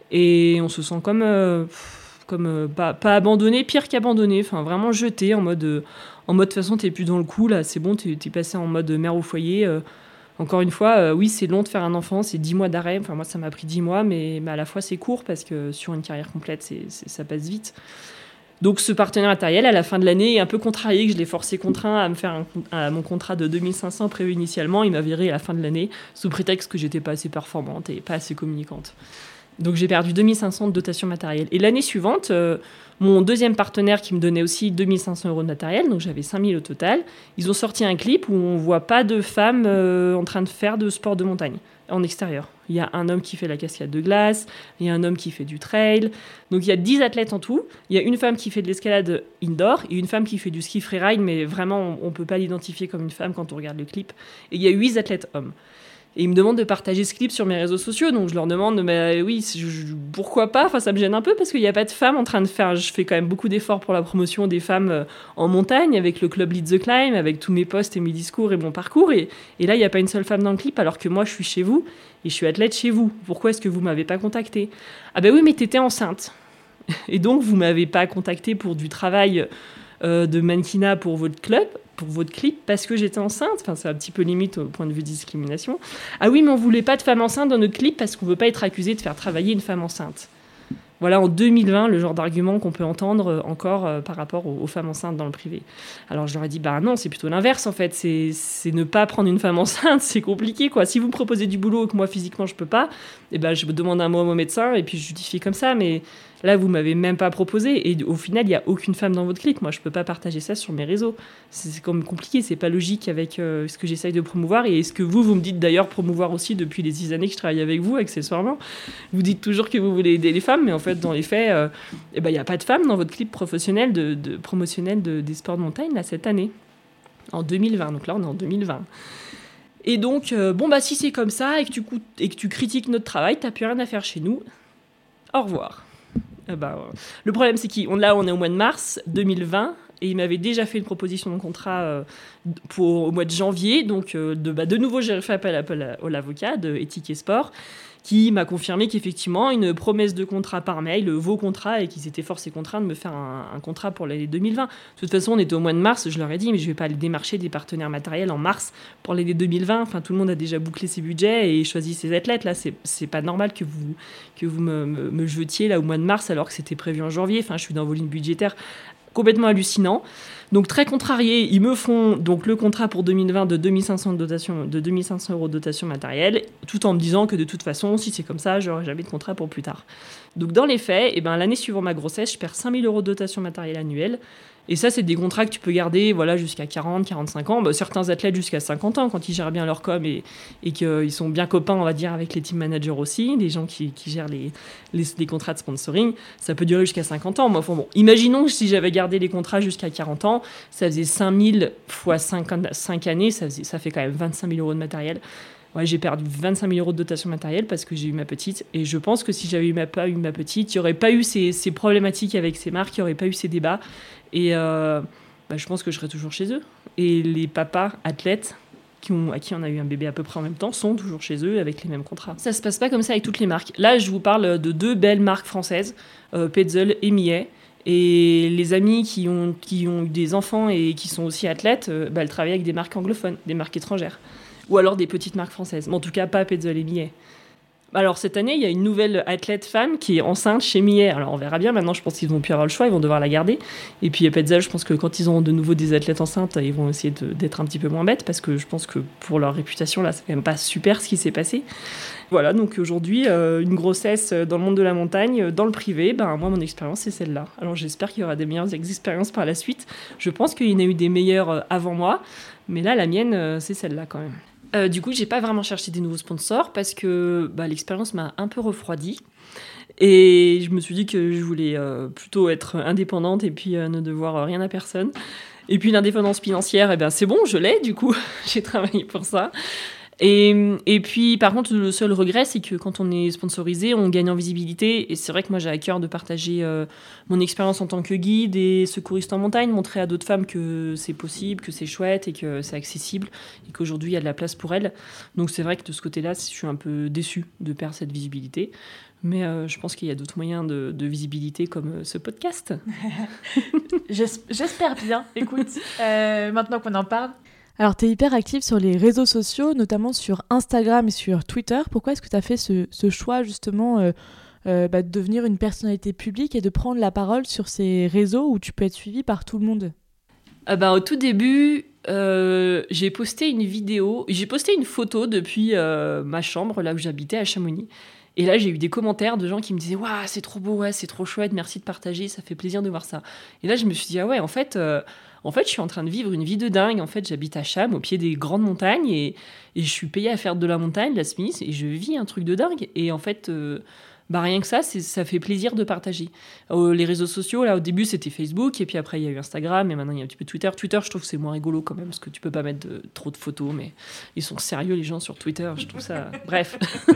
Et on se sent comme, euh, comme euh, pas, pas abandonné, pire qu'abandonné, enfin, vraiment jeté en mode... Euh, En mode, de toute façon, t'es plus dans le coup, là, c'est bon, t'es, t'es passé en mode mère au foyer. Euh, encore une fois, euh, oui, c'est long de faire un enfant, c'est dix mois d'arrêt. Enfin, moi, ça m'a pris dix mois, mais, mais à la fois, c'est court parce que sur une carrière complète, c'est, c'est, ça passe vite. Donc, ce partenaire matériel, à la fin de l'année, est un peu contrarié, que je l'ai forcé contraint à me faire un, à mon contrat de deux mille cinq cents prévu initialement. Il m'a viré à la fin de l'année, sous prétexte que j'étais pas assez performante et pas assez communicante. Donc, j'ai perdu deux mille cinq cents de dotation matérielle. Et l'année suivante... Euh, mon deuxième partenaire qui me donnait aussi deux mille cinq cents euros de matériel, donc j'avais cinq mille au total, ils ont sorti un clip où on ne voit pas de femmes euh, en train de faire de sport de montagne, en extérieur. Il y a un homme qui fait la cascade de glace, il y a un homme qui fait du trail, donc il y a dix athlètes en tout, il y a une femme qui fait de l'escalade indoor et une femme qui fait du ski freeride, mais vraiment on ne peut pas l'identifier comme une femme quand on regarde le clip, et il y a huit athlètes hommes. Et ils me demandent de partager ce clip sur mes réseaux sociaux. Donc je leur demande, mais oui, je, je, pourquoi pas ? Enfin, ça me gêne un peu parce qu'il n'y a pas de femmes en train de faire... Je fais quand même beaucoup d'efforts pour la promotion des femmes euh, en montagne, avec le club Lead the Climb, avec tous mes posts et mes discours et mon parcours. Et, et là, il n'y a pas une seule femme dans le clip, alors que moi, je suis chez vous et je suis athlète chez vous. Pourquoi est-ce que vous ne m'avez pas contactée ? Ah ben oui, mais t'étais enceinte. Et donc, vous ne m'avez pas contactée pour du travail euh, de mannequinat pour votre club, pour votre clip, parce que j'étais enceinte. Enfin, c'est un petit peu limite au point de vue discrimination. Ah oui, mais on voulait pas de femme enceinte dans notre clip parce qu'on veut pas être accusé de faire travailler une femme enceinte. Voilà, en deux mille vingt, le genre d'argument qu'on peut entendre encore euh, par rapport aux, aux femmes enceintes dans le privé. Alors je leur ai dit, bah non, c'est plutôt l'inverse en fait. C'est, c'est ne pas prendre une femme enceinte, c'est compliqué quoi. Si vous me proposez du boulot et que moi physiquement je peux pas, eh ben je demande un mot à mon médecin et puis je justifie comme ça. Mais là, vous m'avez même pas proposé et au final, il y a aucune femme dans votre clip. Moi, je peux pas partager ça sur mes réseaux. C'est, c'est comme compliqué, c'est pas logique avec euh, ce que j'essaye de promouvoir et ce que vous, vous me dites d'ailleurs promouvoir aussi depuis les six années que je travaille avec vous, accessoirement. Vous dites toujours que vous voulez aider les femmes, mais en fait, dans les faits, euh, eh ben, il n'y a pas de femmes dans votre clip professionnel de, de, promotionnel de, des sports de montagne là, cette année, en deux mille vingt. Donc là, on est en deux mille vingt. Et donc, euh, bon, bah, si c'est comme ça et que tu, et que tu critiques notre travail, t'as plus rien à faire chez nous. Au revoir. Euh, bah, euh, le problème, c'est qu'on là, on est au mois de mars deux mille vingt. Et il m'avait déjà fait une proposition de contrat euh, pour, au mois de janvier. Donc, euh, de, bah, de nouveau, j'ai fait appel à, à, à l'avocat de Éthique et Sport, qui m'a confirmé qu'effectivement, une promesse de contrat par mail, vos contrats, et qu'ils étaient forcés et contraints de me faire un, un contrat pour l'année deux mille vingt. De toute façon, on était au mois de mars, je leur ai dit, mais je ne vais pas aller démarcher des partenaires matériels en mars pour l'année deux mille vingt. Enfin, tout le monde a déjà bouclé ses budgets et choisi ses athlètes. Là, c'est, c'est pas normal que vous, que vous me, me, me jetiez là, au mois de mars alors que c'était prévu en janvier. Enfin, je suis dans vos lignes budgétaires complètement hallucinant. Donc très contrarié, ils me font donc le contrat pour deux mille vingt de deux mille cinq cents de dotation, de deux mille cinq cents euros de dotation matérielle, tout en me disant que de toute façon, si c'est comme ça, j'aurai jamais de contrat pour plus tard. Donc dans les faits, eh ben, l'année suivant ma grossesse, je perds cinq mille euros de dotation matérielle annuelle. Et ça, c'est des contrats que tu peux garder voilà, jusqu'à quarante, quarante-cinq ans. Bah, certains athlètes jusqu'à cinquante ans, quand ils gèrent bien leur com et, et qu'ils sont bien copains, on va dire, avec les team managers aussi, les gens qui, qui gèrent les, les, les contrats de sponsoring, ça peut durer jusqu'à cinquante ans. Moi, enfin, bon, imaginons que si j'avais gardé les contrats jusqu'à quarante ans, ça faisait cinq mille fois cinq années, ça, faisait, ça fait quand même vingt-cinq mille euros de matériel. Ouais, j'ai perdu vingt-cinq mille euros de dotation matérielle parce que j'ai eu ma petite. Et je pense que si j'avais eu ma, pas eu ma petite, il n'y aurait pas eu ces, ces problématiques avec ces marques, il n'y aurait pas eu ces débats. Et euh, bah, je pense que je serais toujours chez eux. Et les papas athlètes, qui ont, à qui on a eu un bébé à peu près en même temps sont toujours chez eux avec les mêmes contrats. Ça se passe pas comme ça avec toutes les marques. Là, je vous parle de deux belles marques françaises, euh, Petzl et Millet. Et les amis qui ont, qui ont eu des enfants et qui sont aussi athlètes, euh, bah, elles travaillent avec des marques anglophones, des marques étrangères. Ou alors des petites marques françaises. Mais en tout cas, pas Petzl et Millet. Alors cette année, il y a une nouvelle athlète femme qui est enceinte chez Millet. Alors on verra bien, maintenant je pense qu'ils vont plus avoir le choix, ils vont devoir la garder. Et puis Petzl, je pense que quand ils auront de nouveau des athlètes enceintes, ils vont essayer de, d'être un petit peu moins bêtes, parce que je pense que pour leur réputation, là, c'est quand même pas super ce qui s'est passé. Voilà, donc aujourd'hui, euh, une grossesse dans le monde de la montagne, dans le privé, ben, moi, mon expérience, c'est celle-là. Alors j'espère qu'il y aura des meilleures expériences par la suite. Je pense qu'il y en a eu des meilleures avant moi, mais là, la mienne, c'est celle-là quand même. Euh, du coup, j'ai pas vraiment cherché des nouveaux sponsors parce que bah, l'expérience m'a un peu refroidi. Et je me suis dit que je voulais euh, plutôt être indépendante et puis euh, ne devoir rien à personne. Et puis l'indépendance financière, eh ben, c'est bon, je l'ai, du coup, j'ai travaillé pour ça. Et, et puis, par contre, le seul regret, c'est que quand on est sponsorisé, on gagne en visibilité. Et c'est vrai que moi, j'ai à cœur de partager euh, mon expérience en tant que guide et secouriste en montagne, montrer à d'autres femmes que c'est possible, que c'est chouette et que c'est accessible et qu'aujourd'hui, il y a de la place pour elles. Donc, c'est vrai que de ce côté-là, je suis un peu déçue de perdre cette visibilité. Mais euh, je pense qu'il y a d'autres moyens de, de visibilité comme euh, ce podcast. J'espère bien, écoute, euh, maintenant qu'on en parle. Alors, tu es hyper active sur les réseaux sociaux, notamment sur Instagram et sur Twitter. Pourquoi est-ce que tu as fait ce, ce choix, justement, euh, euh, bah, de devenir une personnalité publique et de prendre la parole sur ces réseaux où tu peux être suivie par tout le monde ? Ah bah, au tout début, euh, j'ai posté une vidéo, j'ai posté une photo depuis euh, ma chambre, là où j'habitais, à Chamonix. Et là, j'ai eu des commentaires de gens qui me disaient « Waouh, c'est trop beau, ouais, c'est trop chouette, merci de partager, ça fait plaisir de voir ça. » Et là, je me suis dit « Ah ouais, en fait... Euh, En fait, je suis en train de vivre une vie de dingue. En fait, j'habite à Cham, au pied des grandes montagnes, et, et je suis payée à faire de la montagne, de la Smith, et je vis un truc de dingue. Et en fait, euh, bah rien que ça, c'est, ça fait plaisir de partager. Euh, les réseaux sociaux, là, au début, c'était Facebook, et puis après, il y a eu Instagram, et maintenant, il y a un petit peu Twitter. Twitter, je trouve que c'est moins rigolo quand même, parce que tu peux pas mettre de, trop de photos, mais ils sont sérieux, les gens, sur Twitter. Je trouve ça... Bref.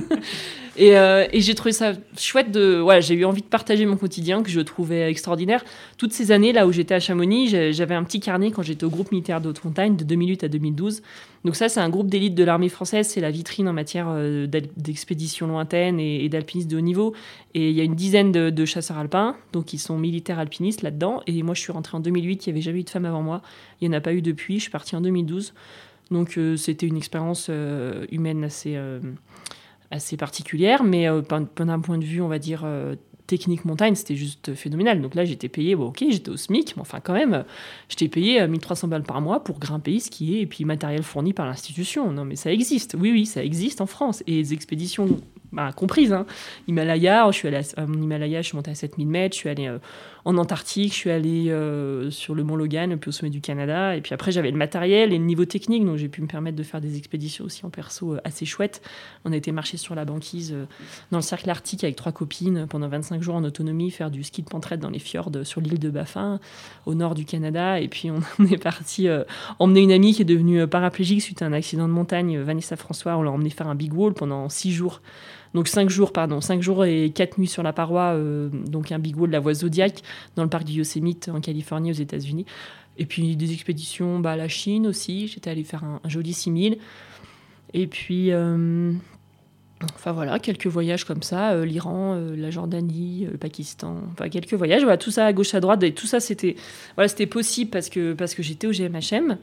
et, euh, et j'ai trouvé ça chouette de... Ouais, j'ai eu envie de partager mon quotidien, que je trouvais extraordinaire. Toutes ces années, là où j'étais à Chamonix, j'avais un petit carnet quand j'étais au groupe militaire de haute montagne, de deux mille huit à deux mille douze. Donc ça, c'est un groupe d'élite de l'armée française, c'est la vitrine en matière euh, d'expédition lointaine et, et d'alpinisme de haut niveau. Et il y a une dizaine de, de chasseurs alpins, donc ils sont militaires alpinistes là-dedans. Et moi, je suis rentrée en deux mille huit, il n'y avait jamais eu de femme avant moi. Il n'y en a pas eu depuis, je suis partie en deux mille douze. Donc euh, c'était une expérience euh, humaine assez, euh, assez particulière, mais euh, d'un point de vue, on va dire... Euh, technique montagne, c'était juste phénoménal. Donc là, j'étais payée, bon, ok, j'étais au SMIC, mais enfin, quand même, j'étais payée mille trois cents balles par mois pour grimper, skier, et puis matériel fourni par l'institution. Non, mais ça existe. Oui, oui, ça existe en France. Et les expéditions, bah, comprises, hein. Himalaya, je suis allée à, à mon Himalaya, je suis montée à sept mille mètres, je suis allée euh, en Antarctique, je suis allée euh, sur le Mont Logan, puis au sommet du Canada. Et puis après, j'avais le matériel et le niveau technique, donc j'ai pu me permettre de faire des expéditions aussi en perso euh, assez chouettes. On a été marcher sur la banquise euh, dans le cercle arctique avec trois copines pendant vingt-cinq jours en autonomie, faire du ski de pentraide dans les fjords sur l'île de Baffin, au nord du Canada. Et puis on est parti euh, emmener une amie qui est devenue euh, paraplégique suite à un accident de montagne, Vanessa François. On l'a emmenée faire un big wall pendant six jours. Donc cinq jours, pardon, cinq jours et quatre nuits sur la paroi, euh, donc un big wall de la voie Zodiac dans le parc du Yosemite en Californie aux États-Unis. Et puis des expéditions bah, à la Chine aussi. J'étais allée faire un, un joli six mille. Et puis... Euh, Enfin voilà, quelques voyages comme ça, euh, l'Iran, euh, la Jordanie, euh, le Pakistan, enfin quelques voyages, voilà, tout ça à gauche à droite, et tout ça c'était, voilà, c'était possible parce que, parce que j'étais au G M H M.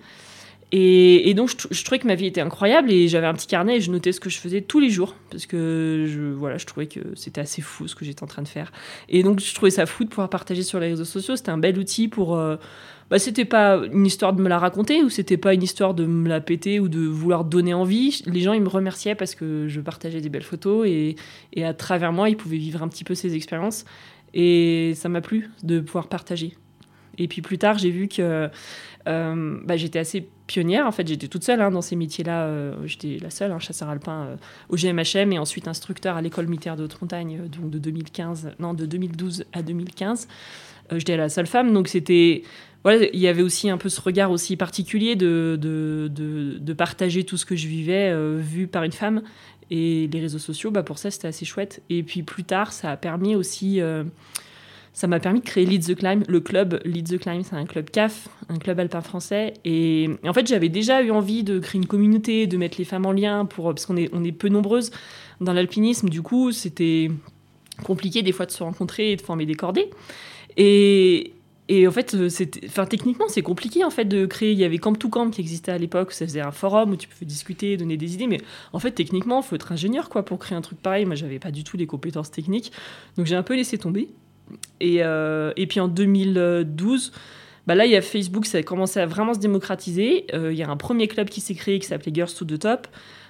Et, et donc je, je trouvais que ma vie était incroyable et j'avais un petit carnet et je notais ce que je faisais tous les jours parce que je, voilà, je trouvais que c'était assez fou ce que j'étais en train de faire. Et donc je trouvais ça fou de pouvoir partager sur les réseaux sociaux, c'était un bel outil pour... Euh, bah, c'était pas une histoire de me la raconter ou c'était pas une histoire de me la péter ou de vouloir donner envie. Les gens, ils me remerciaient parce que je partageais des belles photos et, et à travers moi, ils pouvaient vivre un petit peu ces expériences. Et ça m'a plu de pouvoir partager. Et puis plus tard, j'ai vu que euh, bah, j'étais assez pionnière. En fait, j'étais toute seule hein, dans ces métiers-là. Euh, j'étais la seule, hein, chasseur alpin euh, au G M H M et ensuite instructeur à l'école militaire de haute montagne, euh, donc de deux mille quinze, non, de deux mille douze à deux mille quinze. Euh, j'étais la seule femme, donc c'était... Voilà, il y avait aussi un peu ce regard aussi particulier de, de, de, de partager tout ce que je vivais euh, vu par une femme. Et les réseaux sociaux, bah, pour ça, c'était assez chouette. Et puis plus tard, ça a permis aussi... Euh, ça m'a permis de créer Lead the Climb. Le club Lead the Climb, c'est un club C A F, un club alpin français. Et, et en fait, j'avais déjà eu envie de créer une communauté, de mettre les femmes en lien, pour, parce qu'on est, on est peu nombreuses dans l'alpinisme. Du coup, c'était compliqué des fois de se rencontrer et de former des cordées. Et, et en fait, c'était, enfin, techniquement, c'est compliqué en fait, de créer. Il y avait Camp to Camp qui existait à l'époque, où ça faisait un forum où tu pouvais discuter, donner des idées. Mais en fait, techniquement, il faut être ingénieur quoi, pour créer un truc pareil. Moi, j'avais pas du tout les compétences techniques. Donc, j'ai un peu laissé tomber. Et, euh, et puis en deux mille douze, bah là, il y a Facebook, ça a commencé à vraiment se démocratiser. Euh, il y a un premier club qui s'est créé qui s'appelait Girls to the Top.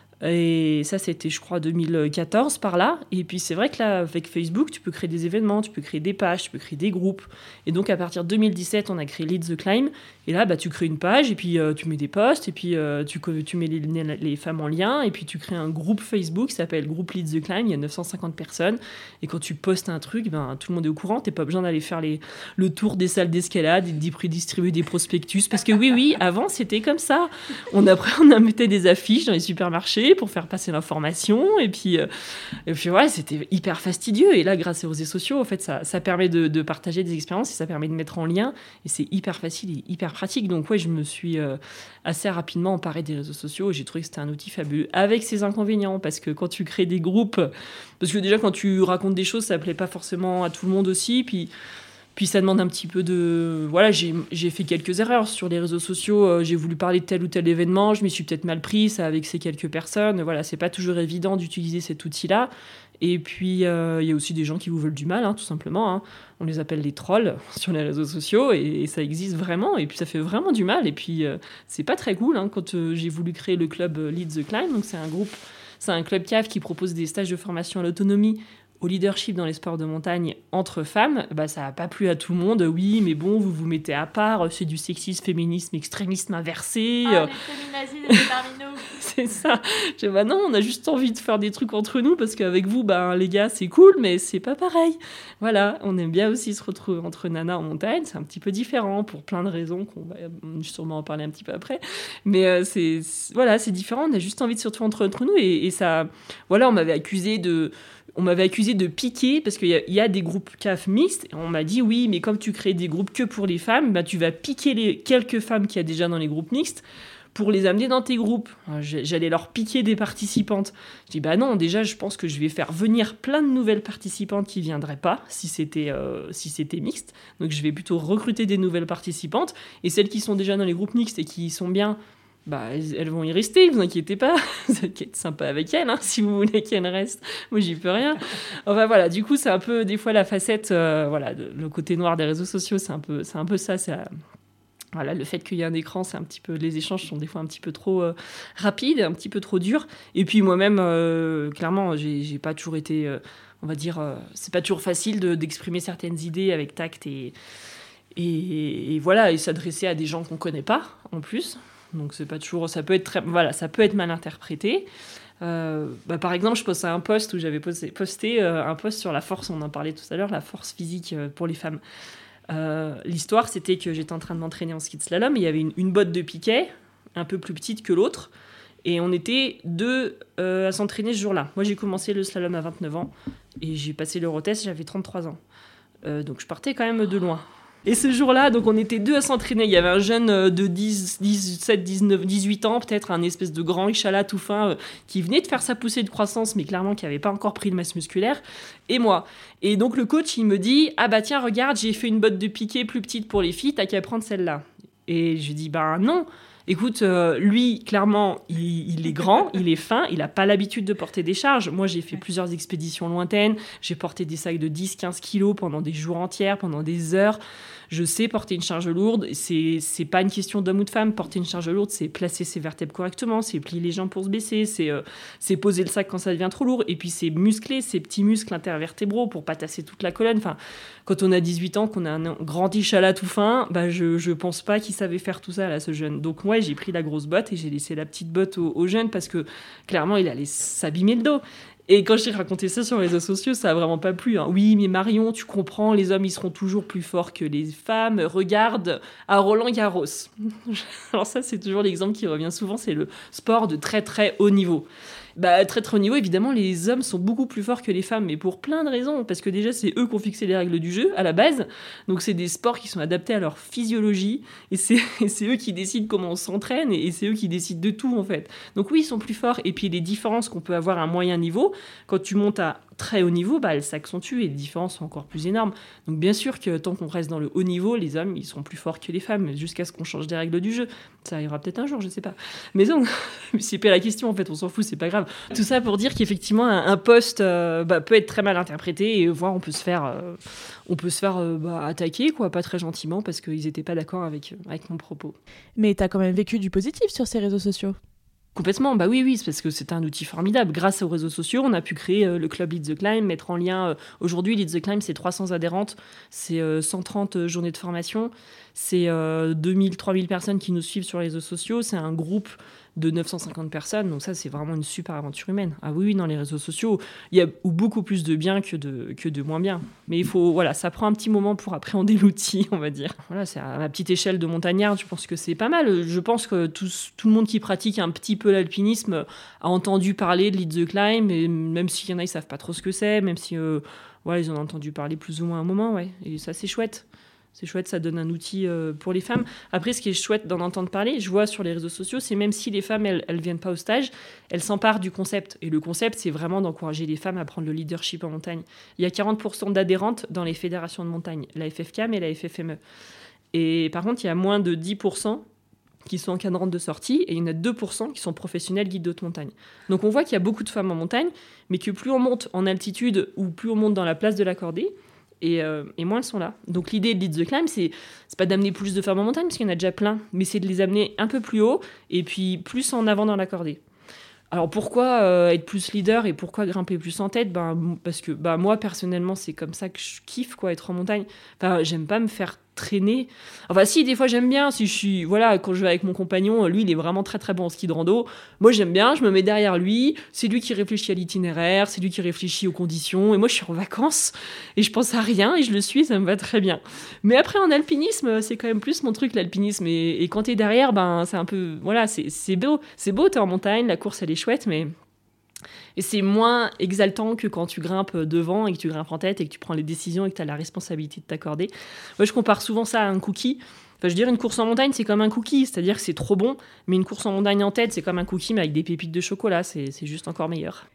Et ça, c'était, je crois, deux mille quatorze, par là. Et puis, c'est vrai que là, avec Facebook, tu peux créer des événements, tu peux créer des pages, tu peux créer des groupes. Et donc, à partir de deux mille dix-sept, on a créé Lead the Climb. Et là, bah, tu crées une page, et puis euh, tu mets des posts, et puis euh, tu, tu mets les, les femmes en lien, et puis tu crées un groupe Facebook qui s'appelle Groupe Lead the Climb. Il y a neuf cent cinquante personnes. Et quand tu postes un truc, ben, tout le monde est au courant. Tu n'as pas besoin d'aller faire les, le tour des salles d'escalade et de distribuer des prospectus. Parce que oui, oui, avant, c'était comme ça. On, après, on a mettait des affiches dans les supermarchés pour faire passer l'information. Et puis, euh, et puis ouais, c'était hyper fastidieux. Et là, grâce aux réseaux sociaux, en fait, ça, ça permet de, de partager des expériences et ça permet de mettre en lien. Et c'est hyper facile et hyper pratique. Donc, ouais, je me suis euh, assez rapidement emparée des réseaux sociaux et j'ai trouvé que c'était un outil fabuleux avec ses inconvénients. Parce que quand tu crées des groupes, parce que déjà, quand tu racontes des choses, ça plaît pas forcément à tout le monde aussi. Puis, Puis ça demande un petit peu de... Voilà, j'ai, j'ai fait quelques erreurs sur les réseaux sociaux. Euh, j'ai voulu parler de tel ou tel événement. Je m'y suis peut-être mal pris, ça a vexé quelques personnes. Voilà, c'est pas toujours évident d'utiliser cet outil-là. Et puis, il euh, y a aussi des gens qui vous veulent du mal, hein, tout simplement. Hein. On les appelle les trolls sur les réseaux sociaux et, et ça existe vraiment. Et puis, ça fait vraiment du mal. Et puis, euh, c'est pas très cool. Hein, quand euh, j'ai voulu créer le club Lead the Climb, donc c'est un groupe, c'est un club C A F qui propose des stages de formation à l'autonomie, au leadership dans les sports de montagne entre femmes, bah, ça n'a pas plu à tout le monde. Oui, mais bon, vous vous mettez à part, c'est du sexisme, féminisme, extrémisme inversé. Ah, les féminazis étaient parmi nous. C'est ça. Je dis, bah non, on a juste envie de faire des trucs entre nous, parce qu'avec vous, bah, les gars, c'est cool, mais c'est pas pareil. Voilà, on aime bien aussi se retrouver entre nanas en montagne, c'est un petit peu différent, pour plein de raisons, qu'on va sûrement en parler un petit peu après. Mais euh, c'est, c'est, voilà, c'est différent, on a juste envie de se retrouver entre, entre nous, et, et ça... Voilà, on m'avait accusé de... On m'avait accusé de piquer, parce qu'il y a, il y a des groupes C A F mixtes, et on m'a dit, oui, mais comme tu crées des groupes que pour les femmes, bah, tu vas piquer les quelques femmes qu'il y a déjà dans les groupes mixtes pour les amener dans tes groupes. J'allais leur piquer des participantes. Je dis, bah non, déjà, je pense que je vais faire venir plein de nouvelles participantes qui ne viendraient pas si c'était, euh, si c'était mixte. Donc, je vais plutôt recruter des nouvelles participantes, et celles qui sont déjà dans les groupes mixtes et qui sont bien... Bah, elles vont y rester, vous inquiétez pas. Vous allez être sympa avec elles, hein, si vous voulez qu'elles restent. Moi, j'y peux rien. Enfin, voilà, du coup, c'est un peu, des fois, la facette, euh, voilà, le côté noir des réseaux sociaux, c'est un peu, c'est un peu ça. C'est, euh, voilà, le fait qu'il y ait un écran, c'est un petit peu, les échanges sont des fois un petit peu trop euh, rapides, un petit peu trop durs. Et puis, moi-même, euh, clairement, j'ai, j'ai pas toujours été, euh, on va dire, euh, c'est pas toujours facile de, d'exprimer certaines idées avec tact et, et, et voilà, et s'adresser à des gens qu'on connaît pas, en plus. Donc c'est pas toujours, ça peut être très, voilà, ça peut être mal interprété. Euh, bah par exemple, je postais un post où j'avais posté, posté euh, un post sur la force, on en parlait tout à l'heure, la force physique euh, pour les femmes. Euh, l'histoire, c'était que j'étais en train de m'entraîner en ski de slalom, et il y avait une, une botte de piquet, un peu plus petite que l'autre, et on était deux euh, à s'entraîner ce jour-là. Moi, j'ai commencé le slalom à vingt-neuf ans, et j'ai passé l'Eurotest, j'avais trente-trois ans. Euh, donc je partais quand même de loin. Et ce jour-là, donc on était deux à s'entraîner. Il y avait un jeune de dix, dix-sept, dix-neuf, dix-huit ans, peut-être, un espèce de grand Ichala tout fin, euh, qui venait de faire sa poussée de croissance, mais clairement qui n'avait pas encore pris de masse musculaire, et moi. Et donc le coach, il me dit, ah bah tiens, regarde, j'ai fait une botte de piqué plus petite pour les filles, t'as qu'à prendre celle-là. Et je dis, bah non. Écoute, euh, lui, clairement, il, il est grand, il est fin, il n'a pas l'habitude de porter des charges. Moi, j'ai fait plusieurs expéditions lointaines, j'ai porté des sacs de dix à quinze kilos pendant des jours entiers, pendant des heures. Je sais porter une charge lourde, c'est, c'est pas une question d'homme ou de femme. Porter une charge lourde, c'est placer ses vertèbres correctement, c'est plier les jambes pour se baisser, c'est, euh, c'est poser le sac quand ça devient trop lourd, et puis c'est muscler ses petits muscles intervertébraux pour pas tasser toute la colonne. Enfin, quand on a dix-huit ans, qu'on a un grand Ichala tout fin, bah je, je pense pas qu'il savait faire tout ça, là, ce jeune. Donc, moi, j'ai pris la grosse botte et j'ai laissé la petite botte au, au jeune parce que, clairement, il allait s'abîmer le dos. Et quand j'ai raconté ça sur les réseaux sociaux, ça a vraiment pas plu. Hein. Oui, mais Marion, tu comprends, les hommes, ils seront toujours plus forts que les femmes. Regarde à Roland Garros. Alors ça, c'est toujours l'exemple qui revient souvent, c'est le sport de très, très haut niveau. Bah, très très haut niveau, évidemment, les hommes sont beaucoup plus forts que les femmes, mais pour plein de raisons. Parce que déjà, c'est eux qui ont fixé les règles du jeu, à la base. Donc, c'est des sports qui sont adaptés à leur physiologie. Et c'est, et c'est eux qui décident comment on s'entraîne. Et c'est eux qui décident de tout, en fait. Donc, oui, ils sont plus forts. Et puis, les différences qu'on peut avoir à un moyen niveau, quand tu montes à très haut niveau, bah, elles s'accentuent et les différences sont encore plus énormes. Donc, bien sûr que tant qu'on reste dans le haut niveau, les hommes, ils sont plus forts que les femmes, jusqu'à ce qu'on change des règles du jeu. Ça arrivera peut-être un jour, je sais pas. Mais non, c'est pas la question, en fait, on s'en fout, c'est pas grave. Tout ça pour dire qu'effectivement, un, un poste euh, bah, peut être très mal interprété et voire on peut se faire, euh, on peut se faire euh, bah, attaquer, quoi, pas très gentiment, parce qu'ils étaient pas d'accord avec, avec mon propos. Mais t'as quand même vécu du positif sur ces réseaux sociaux. Complètement, bah oui, oui, c'est parce que c'est un outil formidable. Grâce aux réseaux sociaux, on a pu créer euh, le club Lead the Climb, mettre en lien... Euh, aujourd'hui, Lead the Climb, c'est trois cents adhérentes, c'est euh, cent trente journées de formation, c'est euh, deux mille, trois mille personnes qui nous suivent sur les réseaux sociaux, c'est un groupe de neuf cent cinquante personnes, donc ça, c'est vraiment une super aventure humaine. Ah oui, oui, dans les réseaux sociaux, il y a beaucoup plus de bien que de, que de moins bien. Mais il faut, voilà, ça prend un petit moment pour appréhender l'outil, on va dire. Voilà, c'est à ma petite échelle de montagnard, je pense que c'est pas mal. Je pense que tout, tout le monde qui pratique un petit peu l'alpinisme a entendu parler de Lead the Climb, et même s'il y en a, ils savent pas trop ce que c'est, même si euh, voilà, ils en ont entendu parler plus ou moins à un moment, ouais. Et ça, c'est chouette. C'est chouette, ça donne un outil euh, pour les femmes. Après, ce qui est chouette d'en entendre parler, je vois sur les réseaux sociaux, c'est même si les femmes, elles ne viennent pas au stage, elles s'emparent du concept. Et le concept, c'est vraiment d'encourager les femmes à prendre le leadership en montagne. Il y a quarante pour cent d'adhérentes dans les fédérations de montagne, la F F C A M et la F F M E. Et par contre, il y a moins de dix pour cent qui sont encadrantes de sortie, et il y en a deux pour cent qui sont professionnels guides d'haute montagne. Donc on voit qu'il y a beaucoup de femmes en montagne, mais que plus on monte en altitude ou plus on monte dans la place de la cordée, Et, euh, et moins elles sont là. Donc l'idée de Lead the Climb, c'est, c'est pas d'amener plus de femmes en montagne, parce qu'il y en a déjà plein, mais c'est de les amener un peu plus haut, et puis plus en avant dans la cordée. Alors pourquoi euh, être plus leader et pourquoi grimper plus en tête ? Ben, parce que ben, moi, personnellement, c'est comme ça que je kiffe, quoi, être en montagne. Enfin, j'aime pas me faire traîner. Enfin, si, des fois, j'aime bien. Si je suis, voilà, quand je vais avec mon compagnon, lui, il est vraiment très, très bon en ski de rando. Moi, j'aime bien, je me mets derrière lui. C'est lui qui réfléchit à l'itinéraire, c'est lui qui réfléchit aux conditions. Et moi, je suis en vacances et je pense à rien et je le suis, ça me va très bien. Mais après, en alpinisme, c'est quand même plus mon truc, l'alpinisme. Et, et quand t'es derrière, ben, c'est un peu, voilà, c'est, c'est beau. C'est beau, t'es en montagne, la course, elle est chouette, mais... Et c'est moins exaltant que quand tu grimpes devant et que tu grimpes en tête et que tu prends les décisions et que tu as la responsabilité de t'accorder. Moi, je compare souvent ça à un cookie. Enfin, je veux dire, une course en montagne, c'est comme un cookie, c'est-à-dire que c'est trop bon, mais une course en montagne en tête, c'est comme un cookie, mais avec des pépites de chocolat, c'est, c'est juste encore meilleur.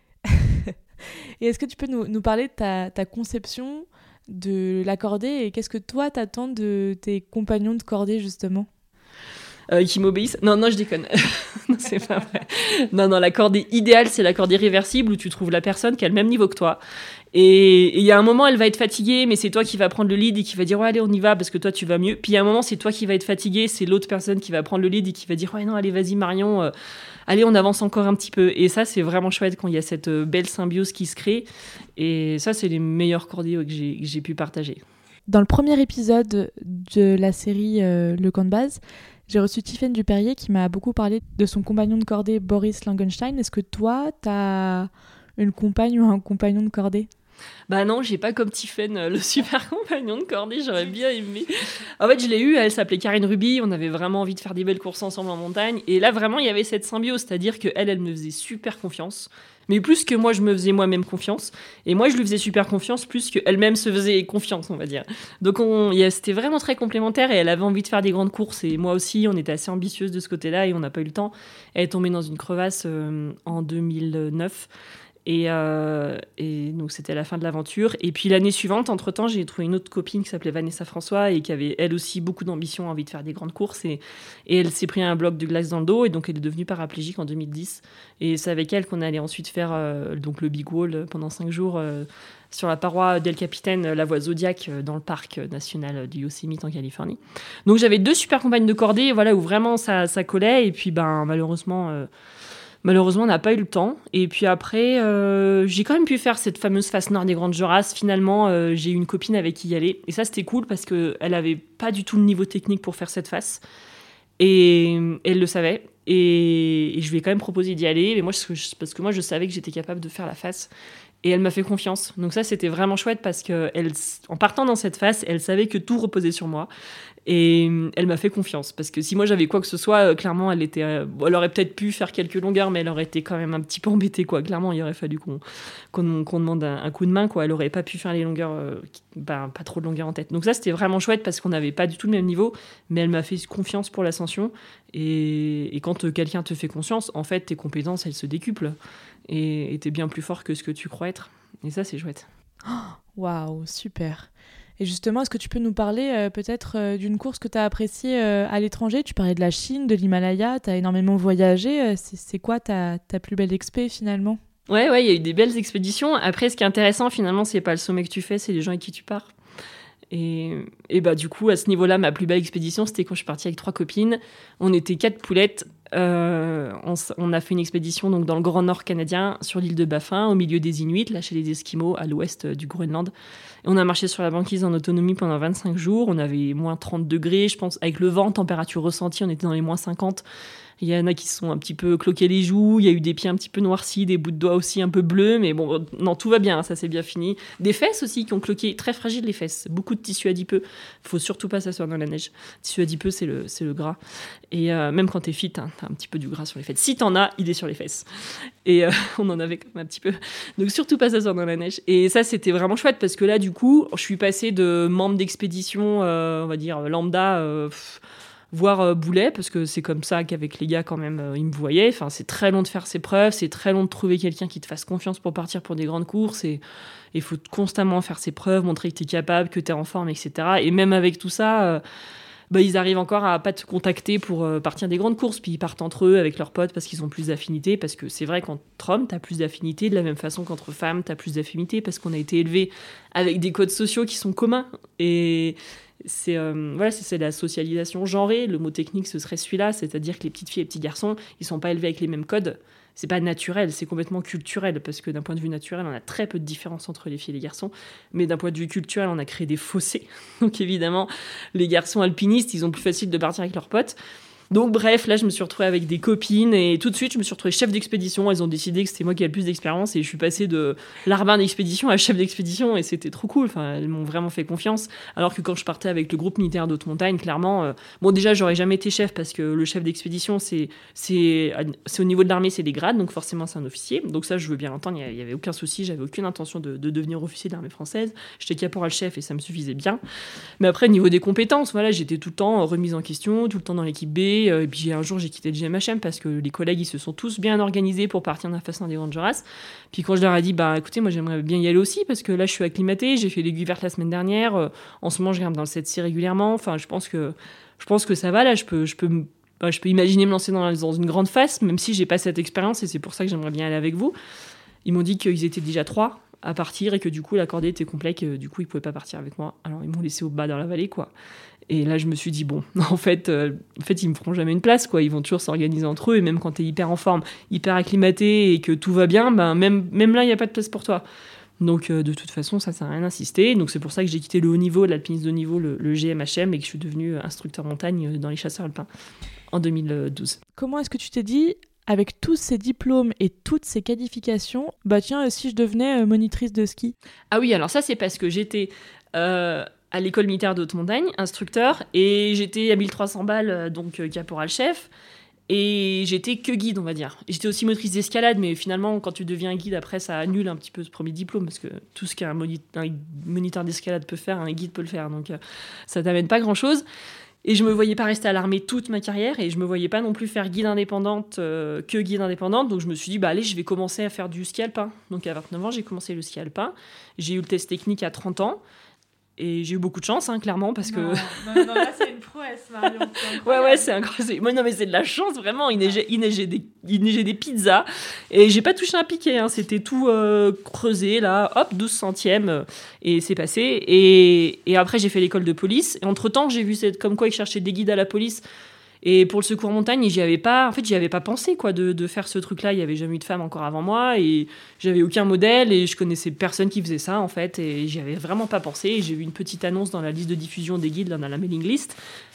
Et est-ce que tu peux nous, nous parler de ta, ta conception de la cordée et qu'est-ce que toi, t'attends de tes compagnons de cordée, justement ? Euh, qui m'obéissent. Non, non, je déconne. Non, c'est pas vrai. Non, non, la cordée idéale, c'est la cordée réversible où tu trouves la personne qui a le même niveau que toi. Et il y a un moment, elle va être fatiguée, mais c'est toi qui vas prendre le lead et qui va dire « Ouais, allez, on y va parce que toi, tu vas mieux. » Puis il y a un moment, c'est toi qui vas être fatiguée, c'est l'autre personne qui va prendre le lead et qui va dire « Ouais, non, allez, vas-y, Marion. Euh, allez, on avance encore un petit peu. » Et ça, c'est vraiment chouette quand il y a cette euh, belle symbiose qui se crée. Et ça, c'est les meilleurs cordiers que j'ai, que j'ai pu partager. Dans le premier épisode de la série euh, Le Camp de Base, j'ai reçu Tiffaine Duperrier qui m'a beaucoup parlé de son compagnon de cordée Boris Langenstein. Est-ce que toi, t'as une compagne ou un compagnon de cordée ? Bah non, j'ai pas comme Tiffaine le super compagnon de cordée, j'aurais bien aimé. En fait, je l'ai eu, elle s'appelait Karine Ruby, on avait vraiment envie de faire des belles courses ensemble en montagne. Et là, vraiment, il y avait cette symbiose, c'est-à-dire qu'elle, elle me faisait super confiance. Mais plus que moi, je me faisais moi-même confiance. Et moi, je lui faisais super confiance, plus qu'elle-même se faisait confiance, on va dire. Donc, on, y a, c'était vraiment très complémentaire et elle avait envie de faire des grandes courses. Et moi aussi, on était assez ambitieuses de ce côté-là et on n'a pas eu le temps. Elle est tombée dans une crevasse euh, en deux mille neuf. Et, euh, et donc, c'était la fin de l'aventure. Et puis, l'année suivante, entre-temps, j'ai trouvé une autre copine qui s'appelait Vanessa François et qui avait, elle aussi, beaucoup d'ambition, envie de faire des grandes courses. Et, et elle s'est pris un bloc de glace dans le dos et donc, elle est devenue paraplégique en deux mille dix. Et c'est avec elle qu'on allait ensuite faire euh, donc, le Big Wall pendant cinq jours euh, sur la paroi d'El Capitan, la voie Zodiac, dans le parc national du Yosemite en Californie. Donc, j'avais deux super compagnes de cordée, voilà, où vraiment ça, ça collait. Et puis, ben, malheureusement... Euh, Malheureusement, on n'a pas eu le temps. Et puis après, euh, j'ai quand même pu faire cette fameuse face nord des Grandes Jorasses. Finalement, euh, j'ai eu une copine avec qui y aller. Et ça, c'était cool parce qu'elle n'avait pas du tout le niveau technique pour faire cette face. Et elle le savait. Et, et je lui ai quand même proposé d'y aller. Mais moi, parce que moi, je savais que j'étais capable de faire la face. Et elle m'a fait confiance. Donc ça, c'était vraiment chouette parce qu'en partant dans cette phase, elle savait que tout reposait sur moi. Et elle m'a fait confiance. Parce que si moi, j'avais quoi que ce soit, euh, clairement, elle, était, euh, elle aurait peut-être pu faire quelques longueurs, mais elle aurait été quand même un petit peu embêtée. Quoi. Clairement, il aurait fallu qu'on, qu'on, qu'on demande un, un coup de main. Quoi. Elle n'aurait pas pu faire les longueurs, euh, bah, pas trop de longueurs en tête. Donc ça, c'était vraiment chouette parce qu'on n'avait pas du tout le même niveau. Mais elle m'a fait confiance pour l'ascension. Et, et quand euh, quelqu'un te fait confiance, en fait, tes compétences, elles se décuplent. Et tu es bien plus fort que ce que tu crois être. Et ça, c'est chouette. Waouh, super. Et justement, est-ce que tu peux nous parler euh, peut-être euh, d'une course que tu as appréciée euh, à l'étranger ? Tu parlais de la Chine, de l'Himalaya, tu as énormément voyagé. Euh, c'est, c'est quoi ta, ta plus belle expé finalement ? Ouais, ouais, il y a eu des belles expéditions. Après, ce qui est intéressant finalement, c'est pas le sommet que tu fais, c'est les gens avec qui tu pars. Et, et bah du coup, à ce niveau-là, ma plus belle expédition, c'était quand je suis partie avec trois copines. On était quatre poulettes. Euh, on, on a fait une expédition donc, dans le Grand Nord canadien, sur l'île de Baffin, au milieu des Inuits, là chez les Esquimaux, à l'ouest euh, du Groenland. Et on a marché sur la banquise en autonomie pendant vingt-cinq jours. On avait moins trente degrés, je pense, avec le vent, température ressentie, on était dans les moins cinquante. Il y en a qui se sont un petit peu cloqués les joues, il y a eu des pieds un petit peu noircis, des bouts de doigts aussi un peu bleus, mais bon, non, tout va bien, ça s'est bien fini. Des fesses aussi qui ont cloqué, très fragiles les fesses, beaucoup de tissu adipeux. Faut surtout pas s'asseoir dans la neige. Tissu adipeux, c'est le, c'est le gras. Et euh, même quand t'es fit, hein, t'as un petit peu du gras sur les fesses. Si t'en as, il est sur les fesses. Et euh, on en avait quand même un petit peu. Donc surtout pas s'asseoir dans la neige. Et ça, c'était vraiment chouette parce que là, du coup, je suis passée de membre d'expédition, euh, on va dire lambda, euh, pff, voire euh, boulet, parce que c'est comme ça qu'avec les gars, quand même, euh, ils me voyaient. Enfin, c'est très long de faire ses preuves, c'est très long de trouver quelqu'un qui te fasse confiance pour partir pour des grandes courses. Et il faut constamment faire ses preuves, montrer que tu es capable, que tu es en forme, et cetera. Et même avec tout ça, euh, bah, ils arrivent encore à pas te contacter pour euh, partir des grandes courses. Puis ils partent entre eux avec leurs potes parce qu'ils ont plus d'affinités. Parce que c'est vrai qu'entre hommes, tu as plus d'affinités. De la même façon qu'entre femmes, tu as plus d'affinités. Parce qu'on a été élevés avec des codes sociaux qui sont communs. Et c'est, euh, voilà, c'est, c'est la socialisation genrée. Le mot technique, ce serait celui-là. C'est-à-dire que les petites filles et les petits garçons, ils sont pas élevés avec les mêmes codes. C'est pas naturel, c'est complètement culturel, parce que d'un point de vue naturel, on a très peu de différence entre les filles et les garçons, mais d'un point de vue culturel, on a créé des fossés. Donc évidemment, les garçons alpinistes, ils ont plus facile de partir avec leurs potes. Donc bref, là je me suis retrouvée avec des copines et tout de suite je me suis retrouvée chef d'expédition. Elles ont décidé que c'était moi qui avais le plus d'expérience et je suis passée de larbin d'expédition à chef d'expédition et c'était trop cool. Enfin, elles m'ont vraiment fait confiance. Alors que quand je partais avec le groupe militaire d'haute montagne, clairement, euh, bon déjà j'aurais jamais été chef parce que le chef d'expédition c'est c'est c'est au niveau de l'armée, c'est des grades, donc forcément c'est un officier. Donc ça je veux bien l'entendre, il y avait aucun souci, j'avais aucune intention de, de devenir officier de l'armée française. J'étais caporal chef et ça me suffisait bien. Mais après au niveau des compétences, voilà, j'étais tout le temps remise en question, tout le temps dans l'équipe B. Et puis un jour, j'ai quitté le G M H M parce que les collègues, ils se sont tous bien organisés pour partir d'un façon des Grandes Jorasses. Puis quand je leur ai dit, bah écoutez, moi j'aimerais bien y aller aussi parce que là, je suis acclimatée, j'ai fait l'aiguille verte la semaine dernière. Euh, en ce moment, je grimpe dans le sept C régulièrement. Enfin, je pense que je pense que ça va. Là, je peux, je peux, bah, je peux imaginer me lancer dans, dans une grande face, même si j'ai pas cette expérience et c'est pour ça que j'aimerais bien aller avec vous. Ils m'ont dit qu'ils étaient déjà trois à partir et que du coup, la cordée était complète, que du coup, ils pouvaient pas partir avec moi. Alors, ils m'ont laissé au bas dans la vallée, quoi. Et là, je me suis dit, bon, en fait, euh, en fait, ils me feront jamais une place, quoi. Ils vont toujours s'organiser entre eux. Et même quand t'es hyper en forme, hyper acclimaté et que tout va bien, ben, même, même là, il n'y a pas de place pour toi. Donc, euh, de toute façon, ça, ça n'a rien insisté. Donc, c'est pour ça que j'ai quitté le haut niveau, l'alpinisme de haut niveau, le, le G M H M, et que je suis devenue instructeur montagne dans les chasseurs alpins en deux mille douze. Comment est-ce que tu t'es dit, avec tous ces diplômes et toutes ces qualifications, bah tiens, si je devenais euh, monitrice de ski ? Ah oui, alors ça, c'est parce que j'étais... Euh, à l'école militaire de haute montagne, instructeur, et j'étais à mille trois cents balles, donc euh, caporal chef, et j'étais que guide, on va dire. Et j'étais aussi motrice d'escalade, mais finalement, quand tu deviens guide, après, ça annule un petit peu ce premier diplôme, parce que tout ce qu'un moni- un moniteur d'escalade peut faire, un guide peut le faire, donc euh, ça t'amène pas grand-chose. Et je me voyais pas rester à l'armée toute ma carrière, et je me voyais pas non plus faire guide indépendante, euh, que guide indépendante, donc je me suis dit, bah allez, je vais commencer à faire du ski alpin. Donc à vingt-neuf ans, j'ai commencé le ski alpin, j'ai eu le test technique à trente ans, et j'ai eu beaucoup de chance, hein, clairement, parce que... Non, non, non, là, c'est une prouesse, Marion. ouais, ouais, c'est incroyable. Moi, non, mais c'est de la chance, vraiment. Il neigeait, il neigeait, des, il neigeait des pizzas. Et j'ai pas touché un piquet, hein. C'était tout euh, creusé, là. Hop, douze centièmes. Euh, et c'est passé. Et, et après, j'ai fait l'école de police. Et entre-temps, j'ai vu cette, comme quoi ils cherchaient des guides à la police. Et pour le secours montagne, j'y avais pas, en fait, j'y avais pas pensé, quoi, de, de faire ce truc-là. Il y avait jamais eu de femme encore avant moi, et j'avais aucun modèle, et je connaissais personne qui faisait ça, en fait, et j'y avais vraiment pas pensé. Et j'ai vu une petite annonce dans la liste de diffusion des guides, là, dans la mailing list,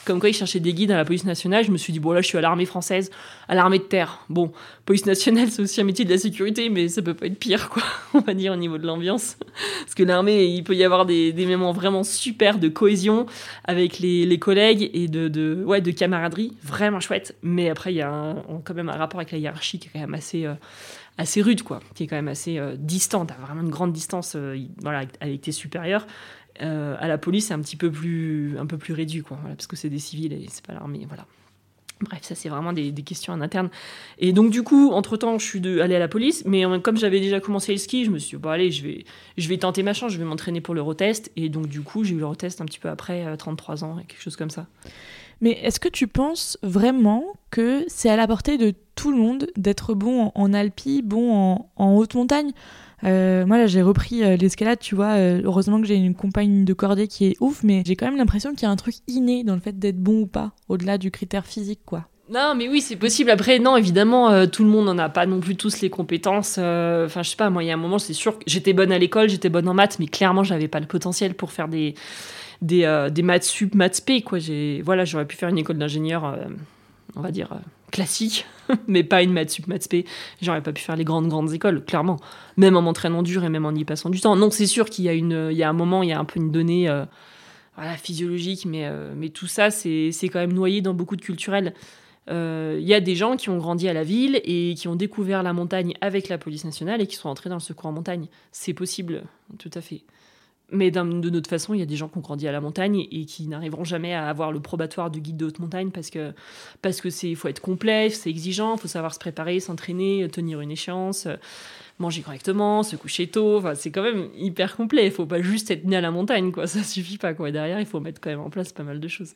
Comme quoi, ils cherchaient des guides à la police nationale. Je me suis dit, bon, là, je suis à l'armée française, à l'armée de terre. Bon, police nationale, c'est aussi un métier de la sécurité, mais ça peut pas être pire, quoi, on va dire, au niveau de l'ambiance. Parce que l'armée, il peut y avoir des, des moments vraiment super de cohésion avec les, les collègues et de, de, ouais, de camaraderie, vraiment chouette. Mais après, il y a un, quand même un rapport avec la hiérarchie qui est quand même assez, euh, assez rude, quoi, qui est quand même assez euh, distant. T'as vraiment une grande distance euh, voilà, avec tes supérieurs. Euh, à la police, c'est un petit peu plus, un peu plus réduit, quoi, voilà, parce que c'est des civils et c'est pas l'armée, voilà. Bref, ça, c'est vraiment des, des questions en interne. Et donc, du coup, entre-temps, je suis de, allée à la police, mais comme j'avais déjà commencé le ski, je me suis dit, bon, allez, je vais, je vais tenter ma chance, je vais m'entraîner pour l'Eurotest. Et donc, du coup, j'ai eu l'Eurotest un petit peu après, euh, trente-trois ans, quelque chose comme ça. Mais est-ce que tu penses vraiment que c'est à la portée de tout le monde d'être bon en, en alpi, bon en, en haute montagne ? Euh, moi là j'ai repris euh, l'escalade, tu vois, euh, heureusement que j'ai une compagne de cordée qui est ouf, mais j'ai quand même l'impression qu'il y a un truc inné dans le fait d'être bon ou pas, au-delà du critère physique, quoi. Non, mais oui, c'est possible. Après, non, évidemment, euh, tout le monde n'en a pas non plus tous les compétences. Enfin, euh, je sais pas, moi, il y a un moment, c'est sûr que j'étais bonne à l'école, j'étais bonne en maths, mais clairement, j'avais pas le potentiel pour faire des, des, euh, des maths sup, maths spé, quoi. J'ai, voilà, j'aurais pu faire une école d'ingénieur, euh, on va dire, euh, classique, mais pas une maths sup, maths spé. J'aurais pas pu faire les grandes, grandes écoles, clairement. Même en m'entraînant dur et même en y passant du temps. Non, c'est sûr qu'il y a, une, il y a un moment, il y a un peu une donnée euh, voilà, physiologique, mais, euh, mais tout ça, c'est, c'est quand même noyé dans beaucoup de culturels. Il euh, y a des gens qui ont grandi à la ville et qui ont découvert la montagne avec la police nationale et qui sont entrés dans le secours en montagne. C'est possible, tout à fait. Mais de notre façon, il y a des gens qui ont grandi à la montagne et qui n'arriveront jamais à avoir le probatoire de guide de haute montagne parce que parce que c'est faut être complet, c'est exigeant, il faut savoir se préparer, s'entraîner, tenir une échéance, manger correctement, se coucher tôt. Enfin, c'est quand même hyper complet. Il faut pas juste être né à la montagne, quoi. Ça suffit pas, quoi. Et derrière, il faut mettre quand même en place pas mal de choses.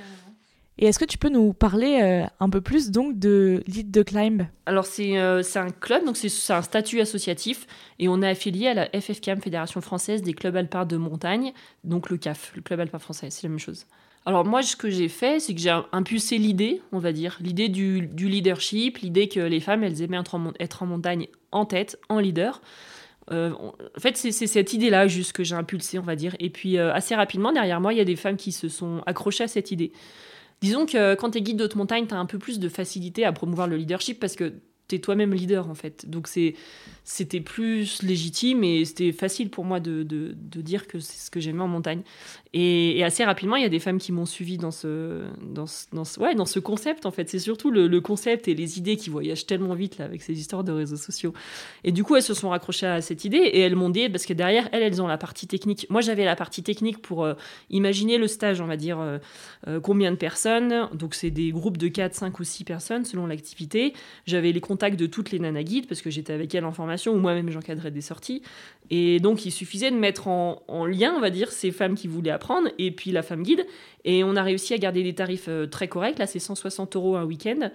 Et est-ce que tu peux nous parler euh, un peu plus donc de Lead the Climb ? Alors c'est, euh, c'est un club, donc c'est, c'est un statut associatif et on est affilié à la F F C A M, Fédération Française des Clubs Alpins de Montagne, donc le C A F, le Club Alpin Français, c'est la même chose. Alors moi, ce que j'ai fait, c'est que j'ai impulsé l'idée, on va dire, l'idée du, du leadership, l'idée que les femmes, elles aimaient être en, être en montagne en tête, en leader. Euh, on, en fait, c'est, c'est cette idée-là juste que j'ai impulsée, on va dire. Et puis euh, assez rapidement, derrière moi, il y a des femmes qui se sont accrochées à cette idée. Disons que quand t'es guide de haute montagne, t'as un peu plus de facilité à promouvoir le leadership parce que t'es toi-même leader, en fait. Donc c'est, c'était plus légitime et c'était facile pour moi de, de, de dire que c'est ce que j'aimais en montagne. Et, et assez rapidement, il y a des femmes qui m'ont suivi dans ce, dans ce, dans ce, ouais, dans ce concept, en fait. C'est surtout le, le concept et les idées qui voyagent tellement vite là, avec ces histoires de réseaux sociaux. Et du coup, elles se sont raccrochées à cette idée et elles m'ont dit, parce que derrière, elles, elles ont la partie technique. Moi, j'avais la partie technique pour euh, imaginer le stage, on va dire, euh, euh, combien de personnes. Donc, c'est des groupes de quatre, cinq ou six personnes selon l'activité. J'avais les contacts de toutes les nanas guides parce que j'étais avec elles en formation ou moi-même j'encadrais des sorties. Et donc, il suffisait de mettre en, en lien, on va dire, ces femmes qui voulaient apprendre et puis la femme guide. Et on a réussi à garder des tarifs euh, très corrects. Là, c'est cent soixante euros un week-end,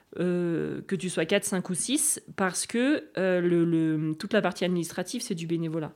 euh, que tu sois quatre, cinq ou six, parce que euh, le, le, toute la partie administrative, c'est du bénévolat.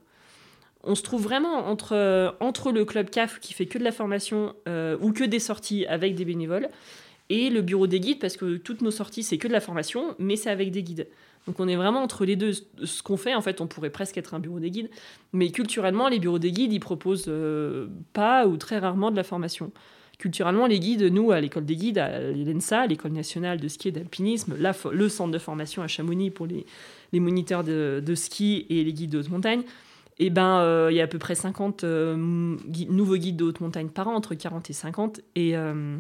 On se trouve vraiment entre, euh, entre le club C A F qui fait que de la formation euh, ou que des sorties avec des bénévoles et le bureau des guides, parce que toutes nos sorties, c'est que de la formation, mais c'est avec des guides. Donc on est vraiment entre les deux. Ce qu'on fait, en fait, on pourrait presque être un bureau des guides, mais culturellement, les bureaux des guides, ils proposent euh, pas ou très rarement de la formation. Culturellement, les guides, nous, à l'école des guides, à l'E N S A, l'École nationale de ski et d'alpinisme, la, le centre de formation à Chamonix pour les, les moniteurs de, de ski et les guides de haute montagne, et ben, euh, il y a à peu près cinquante euh, gui- nouveaux guides de haute montagne par an, entre quarante et cinquante, et euh,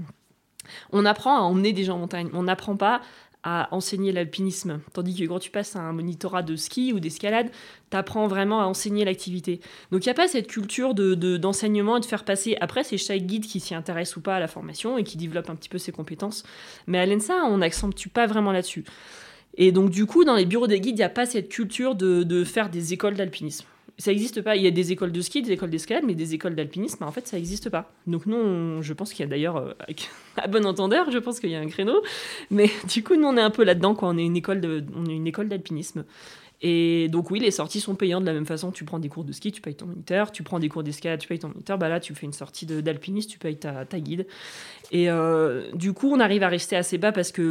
on apprend à emmener des gens en montagne. On n'apprend pas à enseigner l'alpinisme. Tandis que quand tu passes à un monitorat de ski ou d'escalade, tu apprends vraiment à enseigner l'activité. Donc il n'y a pas cette culture de, de, d'enseignement et de faire passer. Après, c'est chaque guide qui s'y intéresse ou pas à la formation et qui développe un petit peu ses compétences. Mais à l'E N S A, on n'accentue pas vraiment là-dessus. Et donc du coup, dans les bureaux des guides, il n'y a pas cette culture de, de faire des écoles d'alpinisme. Ça n'existe pas. Il y a des écoles de ski, des écoles d'escalade, mais des écoles d'alpinisme, en fait, ça n'existe pas. Donc nous, on, je pense qu'il y a d'ailleurs, euh, à bon entendeur, je pense qu'il y a un créneau. Mais du coup, nous, on est un peu là-dedans, quoi. On est une école, de, on est une école d'alpinisme. Et donc oui, les sorties sont payantes de la même façon. Tu prends des cours de ski, tu payes ton moniteur. Tu prends des cours d'escalade, tu payes ton moniteur. Bah là, tu fais une sortie de, d'alpiniste, tu payes ta, ta guide. Et euh, du coup, on arrive à rester assez bas parce que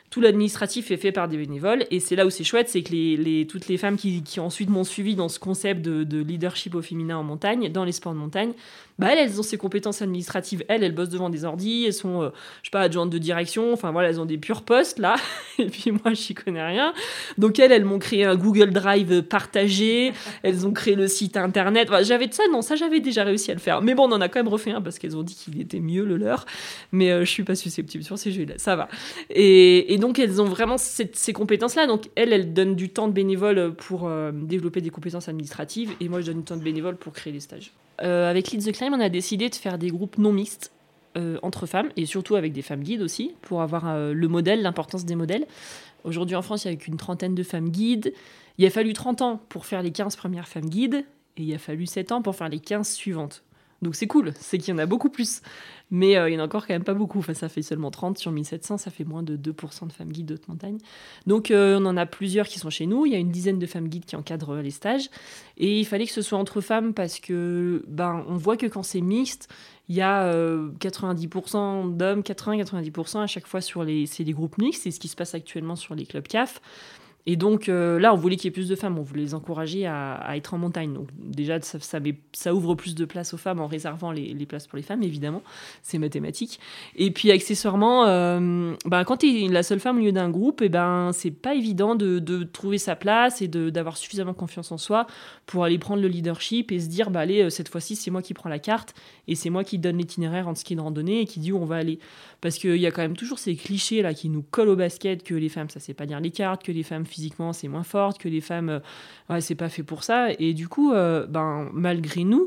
Tout l'administratif est fait par des bénévoles. Et c'est là où c'est chouette, c'est que les, les, toutes les femmes qui, qui ensuite m'ont suivi dans ce concept de, de leadership au féminin en montagne, dans les sports de montagne, bah elles, elles ont ces compétences administratives. Elles, elles bossent devant des ordis, elles sont, euh, je sais pas, adjointes de direction. Enfin voilà, elles ont des purs postes là. Et puis moi, j'y connais rien. Donc elles, elles m'ont créé un Google Drive partagé. Elles ont créé le site internet. Enfin, j'avais de ça, non, ça j'avais déjà réussi à le faire. Mais bon, on en a quand même refait un parce qu'elles ont dit qu'il était mieux le leur. Mais euh, je suis pas susceptible sur ces jeux-là. Ça va. Et, et donc elles ont vraiment cette, ces compétences-là. Donc elles, elles donnent du temps de bénévole pour euh, développer des compétences administratives. Et moi, je donne du temps de bénévole pour créer des stages. Euh, avec Lead the Climb, on a décidé de faire des groupes non mixtes euh, entre femmes et surtout avec des femmes guides aussi pour avoir euh, le modèle, l'importance des modèles. Aujourd'hui en France, il n'y a qu'une trentaine de femmes guides. Il a fallu trente ans pour faire les quinze premières femmes guides et il a fallu sept ans pour faire les quinze suivantes. Donc c'est cool, c'est qu'il y en a beaucoup plus. Mais euh, il y en a encore quand même pas beaucoup. Enfin, ça fait seulement trente sur mille sept cents, ça fait moins de deux pour cent de femmes guides de haute montagne. Donc euh, on en a plusieurs qui sont chez nous. Il y a une dizaine de femmes guides qui encadrent les stages. Et il fallait que ce soit entre femmes parce que ben, on voit que quand c'est mixte, il y a euh, quatre-vingt-dix pour cent d'hommes, quatre-vingts à quatre-vingt-dix pour cent à chaque fois sur les, c'est les groupes mixtes. C'est ce qui se passe actuellement sur les clubs C A F. Et donc euh, là, on voulait qu'il y ait plus de femmes, on voulait les encourager à, à être en montagne. Donc déjà, ça, ça, met, ça ouvre plus de place aux femmes en réservant les, les places pour les femmes, évidemment, c'est mathématique. Et puis accessoirement, euh, ben, quand tu es la seule femme au milieu d'un groupe, et ben, c'est pas évident de, de trouver sa place et de, d'avoir suffisamment confiance en soi pour aller prendre le leadership et se dire, bah, allez, cette fois-ci, c'est moi qui prends la carte et c'est moi qui donne l'itinéraire en ski de randonnée et qui dit où on va aller. Parce qu'il y a quand même toujours ces clichés là, qui nous collent au basket, que les femmes, ça sait pas lire les cartes, que les femmes physiquement c'est moins forte, que les femmes euh, ouais, c'est pas fait pour ça. Et du coup euh, ben, malgré nous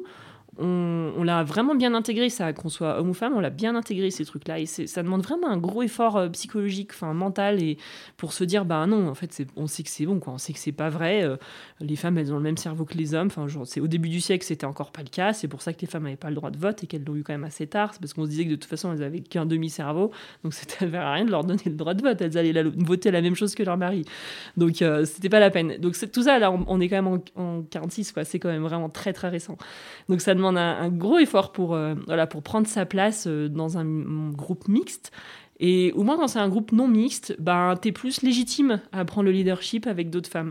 on, on l'a vraiment bien intégré, ça, qu'on soit homme ou femme, on l'a bien intégré ces trucs là et c'est, ça demande vraiment un gros effort euh, psychologique, enfin mental, et pour se dire bah non en fait c'est, on sait que c'est bon quoi, on sait que c'est pas vrai, euh, les femmes elles ont le même cerveau que les hommes, enfin genre, c'est au début du siècle c'était encore pas le cas, c'est pour ça que les femmes n'avaient pas le droit de vote et qu'elles l'ont eu quand même assez tard, c'est parce qu'on se disait que de toute façon elles avaient qu'un demi-cerveau, donc c'était à rien de leur donner le droit de vote, elles allaient la, voter la même chose que leur mari, donc euh, c'était pas la peine. Donc c'est, tout ça là on, on est quand même en, en quarante-six quoi, c'est quand même vraiment très très récent, donc ça demande un, un gros effort pour, euh, voilà, pour prendre sa place euh, dans un, un groupe mixte. Et au moins quand c'est un groupe non mixte, ben, t'es plus légitime à prendre le leadership avec d'autres femmes.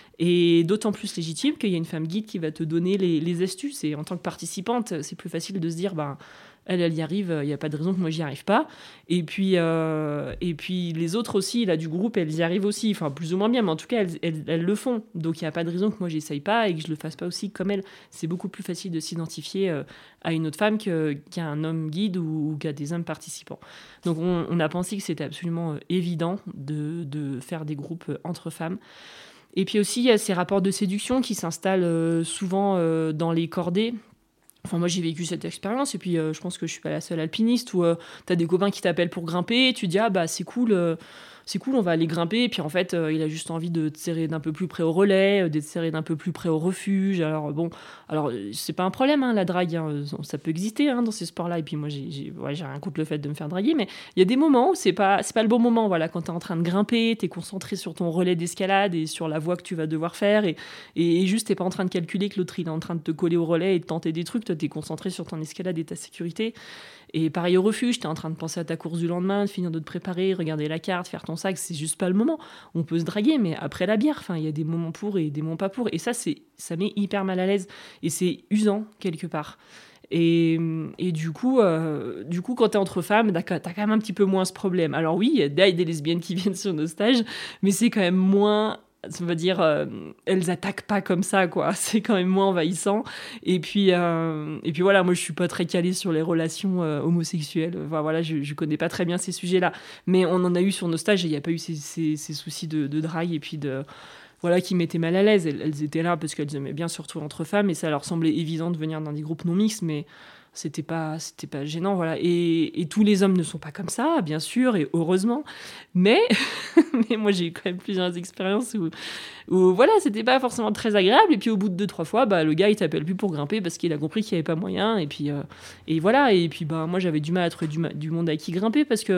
Et d'autant plus légitime qu'il y a une femme guide qui va te donner les, les astuces. Et en tant que participante, c'est plus facile de se dire, ben, elle, elle y arrive, il n'y a pas de raison que moi, j'y arrive pas. Et puis, euh, et puis les autres aussi, là, du groupe, elles y arrivent aussi. Enfin, plus ou moins bien, mais en tout cas, elles, elles, elles le font. Donc, il n'y a pas de raison que moi, j'essaye pas et que je le fasse pas aussi comme elles. C'est beaucoup plus facile de s'identifier euh, à une autre femme que, qu'à un homme guide ou, ou qu'à des hommes participants. Donc, on, on a pensé que c'était absolument euh, évident de, de faire des groupes euh, entre femmes. Et puis aussi, il y a ces rapports de séduction qui s'installent euh, souvent euh, dans les cordées. Enfin, moi, j'ai vécu cette expérience, et puis euh, je pense que je suis pas la seule alpiniste, où euh, t'as des copains qui t'appellent pour grimper, et tu dis, ah bah c'est cool, euh, c'est cool, on va aller grimper, et puis en fait, euh, il a juste envie de te serrer d'un peu plus près au relais, euh, de te serrer d'un peu plus près au refuge. Alors bon, alors c'est pas un problème, hein, la drague, hein, ça peut exister hein, dans ces sports-là, et puis moi, j'ai, j'ai, ouais, j'ai rien contre le fait de me faire draguer, mais il y a des moments où c'est pas, c'est pas le bon moment, voilà, quand t'es en train de grimper, t'es concentré sur ton relais d'escalade et sur la voie que tu vas devoir faire, et, et, et juste t'es pas en train de calculer que l'autre il est en train de te coller au relais et de tenter des trucs, toi t'es concentré sur ton escalade et ta sécurité. Et pareil au refuge, t'es en train de penser à ta course du lendemain, de finir de te préparer, regarder la carte, faire ton sac, c'est juste pas le moment. On peut se draguer, mais après la bière, enfin, il y a des moments pour et des moments pas pour. Et ça, c'est, ça met hyper mal à l'aise. Et c'est usant, quelque part. Et, et du coup, euh, du coup, quand t'es entre femmes, t'as quand même un petit peu moins ce problème. Alors oui, il y a des, des lesbiennes qui viennent sur nos stages, mais c'est quand même moins... ça veut dire euh, elles attaquent pas comme ça quoi, c'est quand même moins envahissant, et puis euh, et puis voilà, moi je suis pas très calée sur les relations euh, homosexuelles, enfin voilà, je, je connais pas très bien ces sujets là, mais on en a eu sur nos stages et il y a pas eu ces, ces, ces soucis de, de drague et puis de voilà qui mettaient mal à l'aise. Elles, elles étaient là parce qu'elles aimaient bien se retrouver entre femmes et ça leur semblait évident de venir dans des groupes non mixtes, mais c'était pas c'était pas gênant, voilà. Et, et tous les hommes ne sont pas comme ça, bien sûr, et heureusement, mais mais moi j'ai eu quand même plusieurs expériences où, où voilà, c'était pas forcément très agréable, et puis au bout de deux trois fois, bah le gars il t'appelle plus pour grimper parce qu'il a compris qu'il y avait pas moyen, et puis euh, et voilà, et puis bah moi j'avais du mal à trouver du, du monde à qui grimper parce que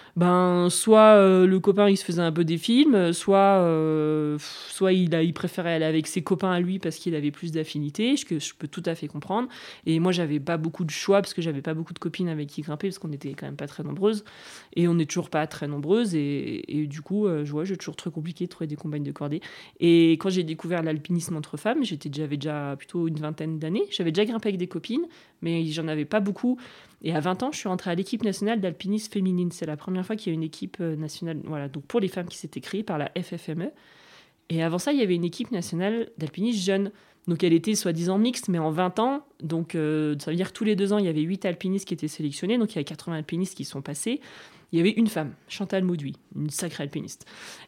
Ben, soit euh, le copain il se faisait un peu des films, soit, euh, soit il, a, il préférait aller avec ses copains à lui parce qu'il avait plus d'affinité, ce que je peux tout à fait comprendre. Et moi, j'avais pas beaucoup de choix parce que j'avais pas beaucoup de copines avec qui grimper parce qu'on était quand même pas très nombreuses. Et on n'est toujours pas très nombreuses. Et, et du coup, euh, je vois, j'ai toujours très compliqué de trouver des compagnes de cordée. Et quand j'ai découvert l'alpinisme entre femmes, j'étais, j'avais déjà plutôt une vingtaine d'années. J'avais déjà grimpé avec des copines, mais j'en avais pas beaucoup. Et à vingt ans, je suis rentrée à l'équipe nationale d'alpinisme féminine. C'est la première fois qu'il y a une équipe nationale, voilà, donc pour les femmes qui s'était créée par la F F M E. Et avant ça, il y avait une équipe nationale d'alpinistes jeunes. Donc elle était soi-disant mixte, mais en vingt ans. Donc euh, ça veut dire que tous les deux ans, il y avait huit alpinistes qui étaient sélectionnés. Donc il y avait quatre-vingts alpinistes qui sont passés. Il y avait une femme, Chantal Mauduit, une sacrée alpiniste.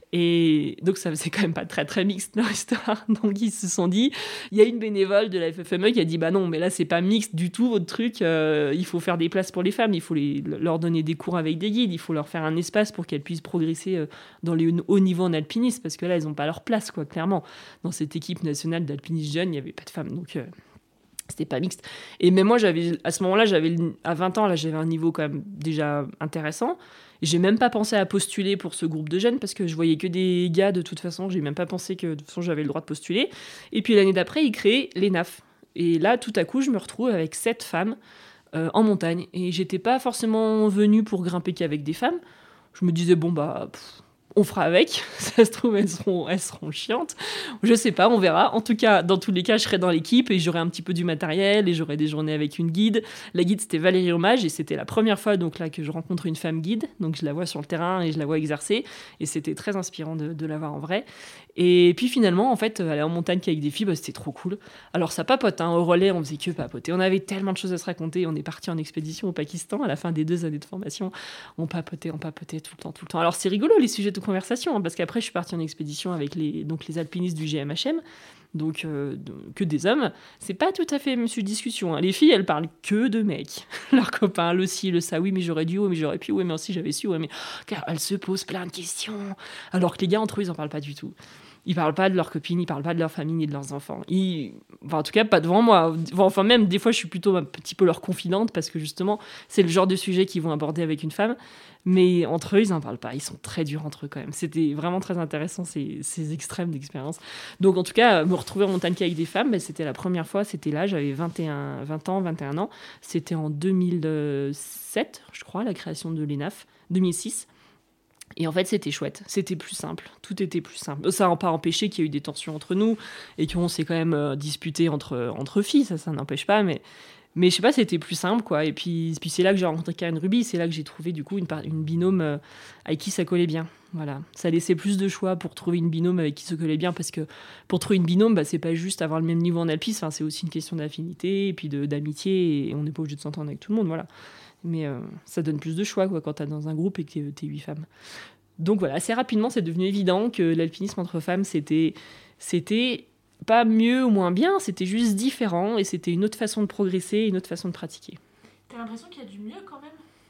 Et donc ça faisait quand même pas très très mixte leur histoire. Donc ils se sont dit, il y a une bénévole de la F F M E qui a dit bah non, mais là c'est pas mixte du tout votre truc. Euh, il faut faire des places pour les femmes, il faut les, leur donner des cours avec des guides, il faut leur faire un espace pour qu'elles puissent progresser euh, dans les hauts niveaux en alpinisme parce que là elles ont pas leur place quoi, clairement. Dans cette équipe nationale d'alpinistes jeunes, il y avait pas de femmes, donc. Euh, C'était pas mixte. Et même moi, j'avais, à ce moment-là, j'avais, à vingt ans, là, j'avais un niveau quand même déjà intéressant. Et j'ai même pas pensé à postuler pour ce groupe de jeunes parce que je voyais que des gars de toute façon. J'ai même pas pensé que de toute façon j'avais le droit de postuler. Et puis l'année d'après, ils créaient l'E N A F. Et là, tout à coup, je me retrouve avec sept femmes euh, en montagne. Et j'étais pas forcément venue pour grimper qu'avec des femmes. Je me disais, bon, bah. Pff, on fera avec, ça se trouve elles seront, elles seront chiantes, je sais pas, on verra. En tout cas, dans tous les cas, je serai dans l'équipe et j'aurai un petit peu du matériel et j'aurai des journées avec une guide. La guide, c'était Valérie Hommage et c'était la première fois donc là que je rencontre une femme guide, donc je la vois sur le terrain et je la vois exercer et c'était très inspirant de, de la voir en vrai. Et puis finalement, en fait, aller en montagne qu'avec des filles, bah, c'était trop cool. Alors ça papote, hein, au relais, on faisait que papoter. On avait tellement de choses à se raconter. On est parti en expédition au Pakistan à la fin des deux années de formation. On papotait, on papotait tout le temps, tout le temps. Alors c'est rigolo les sujets de conversation, hein, parce qu'après je suis partie en expédition avec les, donc, les alpinistes du G M H M, donc euh, que des hommes. C'est pas tout à fait le même sujet de discussion. Hein. Les filles, elles parlent que de mecs. Leurs copains, le ci, le ça, oui, mais j'aurais dû, oui, mais j'aurais pu, oui, mais aussi j'avais su, oui, mais car elles se posent plein de questions. Alors que les gars, entre eux, ils en parlent pas du tout. Ils parlent pas de leurs copines, ils parlent pas de leur famille ni de leurs enfants. Ils... Enfin, en tout cas, pas devant moi. Enfin, même, des fois, je suis plutôt un petit peu leur confidente parce que justement, c'est le genre de sujet qu'ils vont aborder avec une femme. Mais entre eux, ils en parlent pas. Ils sont très durs entre eux quand même. C'était vraiment très intéressant, ces, ces extrêmes d'expérience. Donc, en tout cas, me retrouver en montagne avec des femmes, ben, c'était la première fois. C'était là, j'avais vingt et un, vingt ans, vingt et un ans. C'était en deux mille sept, je crois, la création de l'E N A F. deux mille six. Et en fait, c'était chouette, c'était plus simple, tout était plus simple. Ça n'a pas empêché qu'il y ait eu des tensions entre nous et qu'on s'est quand même euh, disputé entre, entre filles, ça, ça n'empêche pas, mais, mais je sais pas, c'était plus simple, quoi. Et puis, puis c'est là que j'ai rencontré Karen Ruby, c'est là que j'ai trouvé du coup une, une binôme euh, avec qui ça collait bien. Voilà, ça laissait plus de choix pour trouver une binôme avec qui ça collait bien, parce que pour trouver une binôme, bah, c'est pas juste avoir le même niveau en alpisme, enfin, c'est aussi une question d'affinité et puis de, d'amitié, et on n'est pas obligé de s'entendre avec tout le monde, voilà. Mais euh, ça donne plus de choix quoi, quand t'es dans un groupe et que t'es huit femmes. Donc voilà, assez rapidement, c'est devenu évident que l'alpinisme entre femmes, c'était, c'était pas mieux ou moins bien, c'était juste différent et c'était une autre façon de progresser, une autre façon de pratiquer. T'as l'impression qu'il y a du mieux quand même ?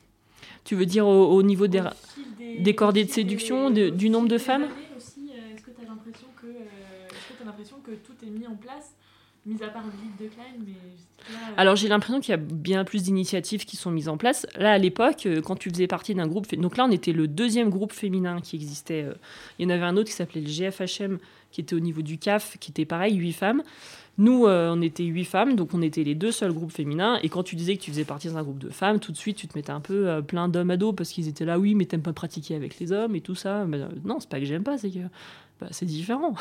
Tu veux dire au, au niveau au des, des, des cordées de séduction, des, de, du nombre de femmes ? Aussi, euh, est-ce que t'as l'impression que, euh, est-ce que t'as l'impression que tout est mis en place ? Mis à part le guide de Klein, mais... Là, euh... Alors, j'ai l'impression qu'il y a bien plus d'initiatives qui sont mises en place. Là, à l'époque, quand tu faisais partie d'un groupe... Donc là, on était le deuxième groupe féminin qui existait. Il y en avait un autre qui s'appelait le G F H M, qui était au niveau du C A F, qui était pareil, huit femmes. Nous, euh, on était huit femmes, donc on était les deux seuls groupes féminins. Et quand tu disais que tu faisais partie d'un groupe de femmes, tout de suite, tu te mettais un peu euh, plein d'hommes à dos, parce qu'ils étaient là, oui, mais t'aimes pas pratiquer avec les hommes et tout ça. Mais, euh, non, c'est pas que j'aime pas, c'est que bah, c'est différent.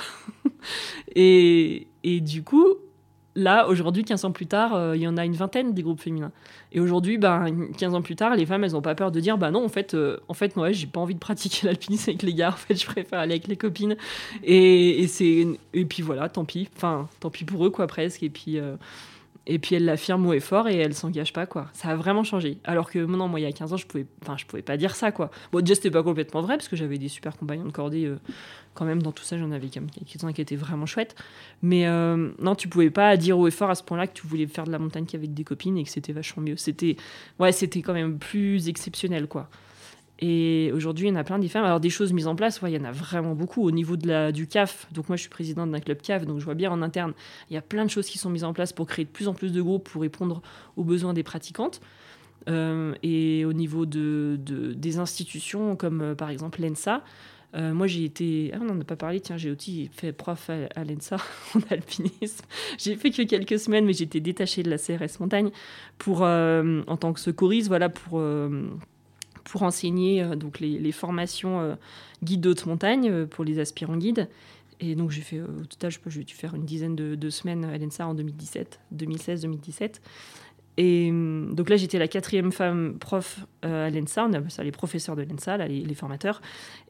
et, et du coup... Là, aujourd'hui, quinze ans plus tard, il euh, y en a une vingtaine des groupes féminins. Et aujourd'hui, bah, quinze ans plus tard, les femmes, elles n'ont pas peur de dire bah non, en fait, euh, en fait ouais, j'ai pas envie de pratiquer l'alpinisme avec les gars, en fait, je préfère aller avec les copines. Et, et, c'est, et puis voilà, tant pis. Enfin, tant pis pour eux, quoi, presque. Et puis, euh, et puis elles l'affirment haut et fort et elles s'engagent pas, quoi. Ça a vraiment changé. Alors que non, moi, il y a quinze ans, je pouvais, enfin, je pouvais pas dire ça, quoi. Bon, déjà, c'était pas complètement vrai, parce que j'avais des super compagnons de cordée. Euh, quand même, dans tout ça, j'en avais quelques-uns qui étaient vraiment chouettes. Mais euh, non, tu pouvais pas dire haut et fort à ce point-là que tu voulais faire de la montagne qu'avec des copines et que c'était vachement mieux. C'était, ouais, c'était quand même plus exceptionnel, quoi. Et aujourd'hui, il y en a plein des femmes. Alors, des choses mises en place, ouais, il y en a vraiment beaucoup. Au niveau de la, du C A F, donc moi, je suis présidente d'un club C A F, donc je vois bien en interne, il y a plein de choses qui sont mises en place pour créer de plus en plus de groupes pour répondre aux besoins des pratiquantes. Euh, et au niveau de, de, des institutions, comme euh, par exemple l'ENSA, euh, moi j'ai été... Ah, on n'en a pas parlé, tiens, j'ai aussi fait prof à, à l'ENSA en alpinisme. J'ai fait que quelques semaines, mais j'étais détachée de la C R S Montagne pour, euh, en tant que secouriste, voilà, pour... Euh, pour enseigner euh, donc les, les formations euh, guides d'haute montagne euh, pour les aspirants guides. Et donc, j'ai fait, euh, au total, je pense, j'ai dû faire une dizaine de, de semaines à l'ENSA en deux mille dix-sept, deux mille seize deux mille dix-sept. Et euh, donc là, j'étais la quatrième femme prof euh, à l'ENSA. On appelle ça les professeurs de l'ENSA, là, les, les formateurs.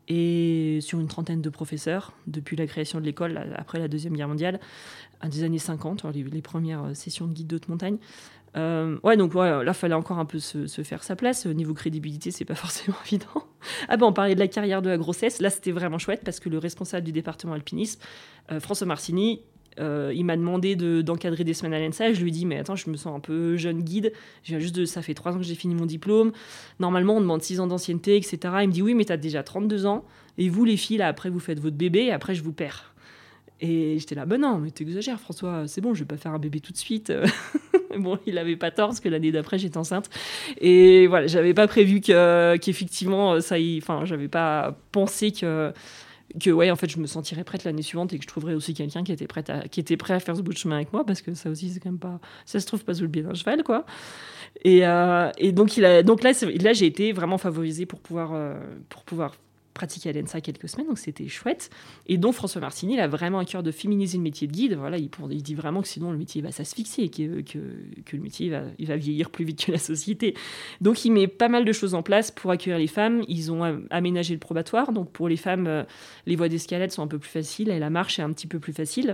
Et sur une trentaine de professeurs, depuis la création de l'école, là, après la Deuxième Guerre mondiale, à des années cinquante, les, les premières sessions de guide d'haute montagne. Euh, ouais, donc ouais, là, il fallait encore un peu se, se faire sa place. Niveau crédibilité, c'est pas forcément évident. Ah ben, on parlait de la carrière de la grossesse. Là, c'était vraiment chouette parce que le responsable du département alpinisme, euh, François Marcini, euh, il m'a demandé de, d'encadrer des semaines à l'ENSA. Et je lui ai dit, mais attends, je me sens un peu jeune guide. Je viens juste de, ça fait trois ans que j'ai fini mon diplôme. Normalement, on demande six ans d'ancienneté, et cetera. Il me dit, oui, mais t'as déjà trente-deux ans. Et vous, les filles, là, après, vous faites votre bébé et après, je vous perds. Et j'étais là, ben non, mais t'exagères, François, c'est bon, je vais pas faire un bébé tout de suite. Bon, il avait pas tort, parce que l'année d'après, j'étais enceinte. Et voilà, j'avais pas prévu que, qu'effectivement, ça y... Enfin, j'avais pas pensé que... que ouais, en fait, je me sentirais prête l'année suivante et que je trouverais aussi quelqu'un qui était, prête à, qui était prêt à faire ce bout de chemin avec moi, parce que ça aussi, c'est quand même pas... Ça se trouve pas sous le pied d'un cheval, quoi. Et, euh, et donc, il a, donc là, là, j'ai été vraiment favorisée pour pouvoir, euh, pour pouvoir pratiqué à l'ENSA quelques semaines, donc c'était chouette. Et donc François Marcini, il a vraiment à cœur de féminiser le métier de guide. Voilà, il, il dit vraiment que sinon le métier va s'asphyxier, que, que, que le métier va, il va vieillir plus vite que la société. Donc il met pas mal de choses en place pour accueillir les femmes. Ils ont aménagé le probatoire, donc pour les femmes, euh, les voies d'escalade sont un peu plus faciles et la marche est un petit peu plus facile.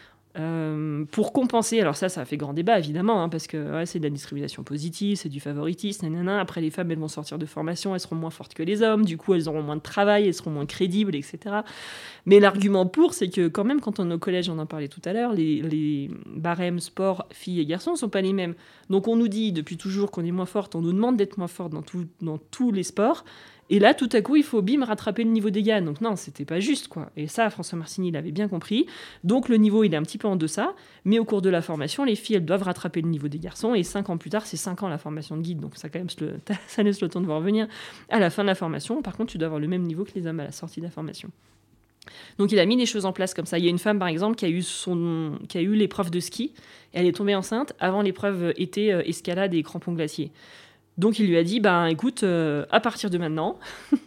Euh, pour compenser, alors ça, ça a fait grand débat évidemment, hein, parce que ouais, c'est de la discrimination positive, c'est du favoritisme, nanana. Après, les femmes, elles vont sortir de formation, elles seront moins fortes que les hommes, du coup, elles auront moins de travail, elles seront moins crédibles, et cetera. Mais l'argument pour, c'est que quand même, quand on est au collège, on en parlait tout à l'heure, les, les barèmes sport filles et garçons ne sont pas les mêmes. Donc on nous dit depuis toujours qu'on est moins forte, on nous demande d'être moins forte dans, tout, dans tous les sports. Et là, tout à coup, il faut, bim, rattraper le niveau des gars. Donc non, c'était pas juste, quoi. Et ça, François Marcini l'avait bien compris. Donc le niveau, il est un petit peu en deçà. Mais au cours de la formation, les filles, elles doivent rattraper le niveau des garçons. Et cinq ans plus tard, c'est cinq ans la formation de guide. Donc ça, quand même, ça laisse le temps de voir venir. À la fin de la formation, par contre, tu dois avoir le même niveau que les hommes à la sortie de la formation. Donc il a mis des choses en place comme ça. Il y a une femme, par exemple, qui a eu, son, qui a eu l'épreuve de ski. Et elle est tombée enceinte avant l'épreuve été euh, escalade et crampons glaciers. Donc il lui a dit, ben écoute, euh, à partir de maintenant,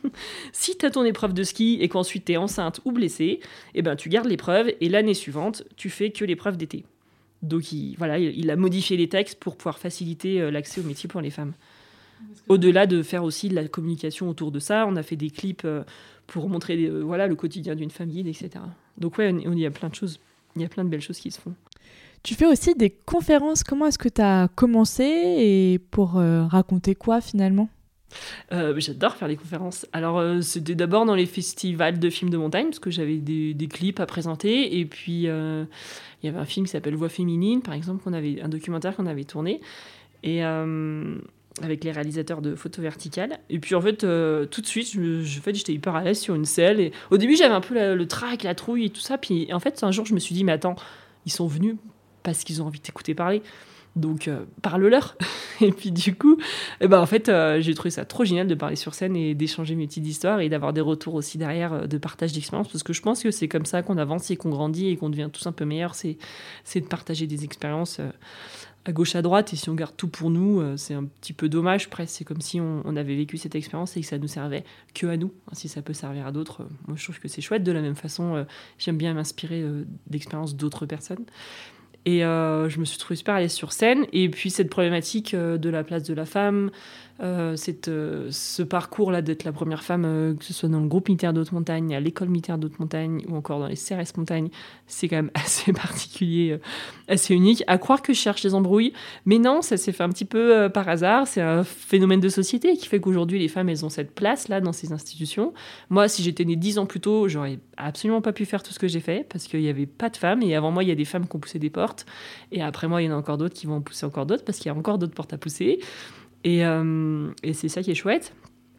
si tu as ton épreuve de ski et qu'ensuite tu es enceinte ou blessée, eh ben, tu gardes l'épreuve et l'année suivante, tu fais que l'épreuve d'été. Donc il, voilà, il, il a modifié les textes pour pouvoir faciliter euh, l'accès au métier pour les femmes. Au-delà de faire aussi de la communication autour de ça, on a fait des clips euh, pour montrer euh, voilà, le quotidien d'une femme guide, et cetera. Donc ouais, il y a plein de choses, il y a plein de belles choses qui se font. Tu fais aussi des conférences. Comment est-ce que tu as commencé et pour euh, raconter quoi finalement ? euh, J'adore faire des conférences. Alors, euh, c'était d'abord dans les festivals de films de montagne, parce que j'avais des, des clips à présenter. Et puis, euh, il y avait un film qui s'appelle Voix féminine, par exemple, qu'on avait, un documentaire qu'on avait tourné. Et... Euh, avec les réalisateurs de photos verticales. Et puis en fait, euh, tout de suite, je, je, en fait, j'étais hyper à l'aise sur une selle. Et au début, j'avais un peu la, le trac, la trouille et tout ça. Puis en fait, un jour, je me suis dit, mais attends, ils sont venus parce qu'ils ont envie de t'écouter parler. Donc, euh, parle-leur. Et puis du coup, eh ben, en fait, euh, j'ai trouvé ça trop génial de parler sur scène et d'échanger mes petites histoires et d'avoir des retours aussi derrière euh, de partage d'expériences. Parce que je pense que c'est comme ça qu'on avance et qu'on grandit et qu'on devient tous un peu meilleurs. C'est, c'est de partager des expériences... Euh, à gauche, à droite, et si on garde tout pour nous, euh, c'est un petit peu dommage, presque. C'est comme si on, on avait vécu cette expérience et que ça nous servait que à nous. Si ça peut servir à d'autres, euh, moi je trouve que c'est chouette. De la même façon, euh, j'aime bien m'inspirer euh, d'expériences d'autres personnes. Et euh, je me suis trouvée super à l'aise sur scène. Et puis cette problématique euh, de la place de la femme, euh, cette, euh, ce parcours-là d'être la première femme, euh, que ce soit dans le groupe militaire de haute montagne, à l'école militaire de haute montagne ou encore dans les C R S montagne, c'est quand même assez particulier, euh, assez unique. À croire que je cherche des embrouilles, mais non, ça s'est fait un petit peu euh, par hasard. C'est un phénomène de société qui fait qu'aujourd'hui les femmes, elles ont cette place-là dans ces institutions. Moi, si j'étais née dix ans plus tôt, j'aurais absolument pas pu faire tout ce que j'ai fait parce qu'il n'y avait pas de femmes. Et avant moi, il y a des femmes qui ont poussé des portes. Et après moi, il y en a encore d'autres qui vont en pousser encore d'autres parce qu'il y a encore d'autres portes à pousser. Et, euh, et c'est ça qui est chouette.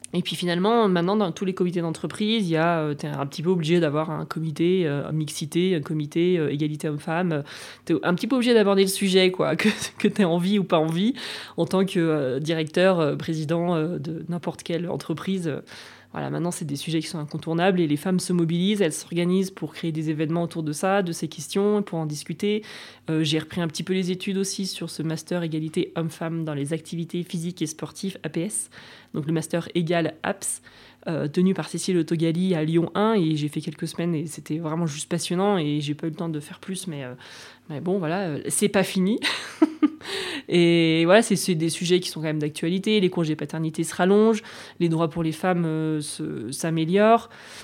Et puis finalement, maintenant, dans tous les comités d'entreprise, il y a, euh, t'es un petit peu obligé d'avoir un comité euh, mixité, un comité euh, égalité homme-femme. T'es un petit peu obligé d'aborder le sujet, quoi, que, que t'aies envie ou pas envie, en tant que euh, directeur, euh, président euh, de n'importe quelle entreprise. Euh, voilà, maintenant, c'est des sujets qui sont incontournables et les femmes se mobilisent, elles s'organisent pour créer des événements autour de ça, de ces questions, pour en discuter. Euh, j'ai repris un petit peu les études aussi sur ce master égalité homme-femme dans les activités physiques et sportives, A P S. Donc le master égal A P S, euh, tenu par Cécile Autogali à Lyon un, et j'ai fait quelques semaines et c'était vraiment juste passionnant et j'ai pas eu le temps de faire plus, mais, euh, mais bon, voilà, euh, c'est pas fini. Et voilà, c'est, c'est des sujets qui sont quand même d'actualité. Les congés paternité se rallongent, les droits pour les femmes euh, se, s'améliorent.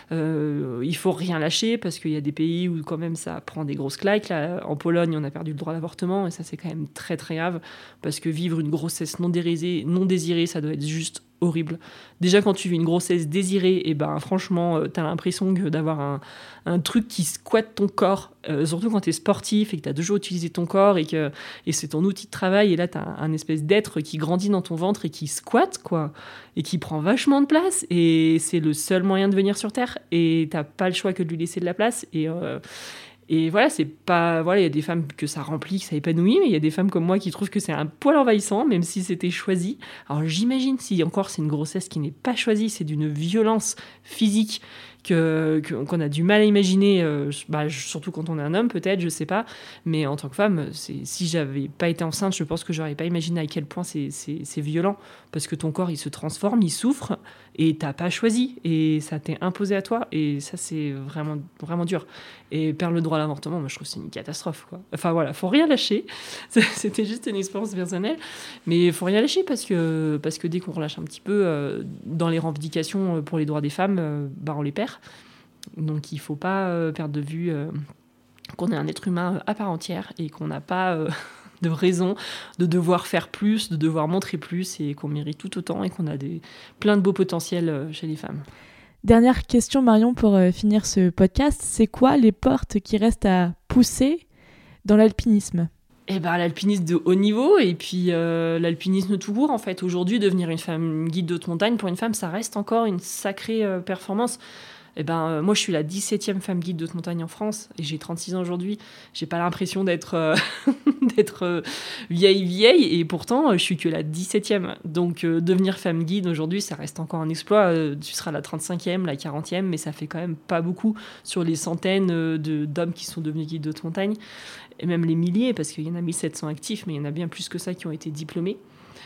Euh, il faut rien lâcher parce qu'il y a des pays où quand même ça prend des grosses claques. Là, en Pologne, on a perdu le droit à l'avortement et ça c'est quand même très très grave parce que vivre une grossesse non désirée, non désirée, ça doit être juste horrible. Déjà quand tu vis une grossesse désirée, et ben franchement euh, t'as l'impression que d'avoir un, un truc qui squatte ton corps, euh, surtout quand t'es sportif et que t'as toujours utilisé ton corps et que et c'est ton outil de travail, et là t'as un, un espèce d'être qui grandit dans ton ventre et qui squatte, quoi, et qui prend vachement de place, et c'est le seul moyen de venir sur Terre et t'as pas le choix que de lui laisser de la place. Et euh, Et voilà, c'est pas. Voilà, il y a des femmes que ça remplit, que ça épanouit, mais il y a des femmes comme moi qui trouvent que c'est un poil envahissant, même si c'était choisi. Alors j'imagine si encore c'est une grossesse qui n'est pas choisie, c'est d'une violence physique que, que, qu'on a du mal à imaginer, euh, bah, surtout quand on est un homme, peut-être, je sais pas. Mais en tant que femme, c'est, si j'avais pas été enceinte, je pense que j'aurais pas imaginé à quel point c'est, c'est, c'est violent. Parce que ton corps, il se transforme, il souffre, et t'as pas choisi, et ça t'est imposé à toi, et ça, c'est vraiment, vraiment dur. Et perdre le droit à l'avortement, moi, je trouve que c'est une catastrophe, quoi. Enfin, voilà, faut rien lâcher. C'était juste une expérience personnelle. Mais faut rien lâcher parce que, parce que dès qu'on relâche un petit peu euh, dans les revendications pour les droits des femmes, euh, bah, on les perd. Donc, il faut pas euh, perdre de vue euh, qu'on est un être humain à part entière et qu'on n'a pas euh, de raison de devoir faire plus, de devoir montrer plus, et qu'on mérite tout autant et qu'on a des, plein de beaux potentiels euh, chez les femmes. Dernière question, Marion, pour euh, finir ce podcast. C'est quoi les portes qui restent à pousser dans l'alpinisme ? Eh ben, l'alpinisme de haut niveau, et puis euh, l'alpinisme tout court, en fait. Aujourd'hui, devenir une femme guide de haute montagne, pour une femme, ça reste encore une sacrée euh, performance. Eh ben, euh, moi, je suis la dix-septième femme guide de haute montagne en France, et j'ai trente-six ans aujourd'hui. J'ai pas l'impression d'être, euh, d'être euh, vieille, vieille, et pourtant, euh, je suis que la dix-septième. Donc, euh, devenir femme guide aujourd'hui, ça reste encore un exploit. Euh, tu seras la trente-cinquième, la quarantième, mais ça fait quand même pas beaucoup sur les centaines euh, de, d'hommes qui sont devenus guides de haute montagne, et même les milliers, parce qu'il y en a mille sept cents actifs, mais il y en a bien plus que ça qui ont été diplômés.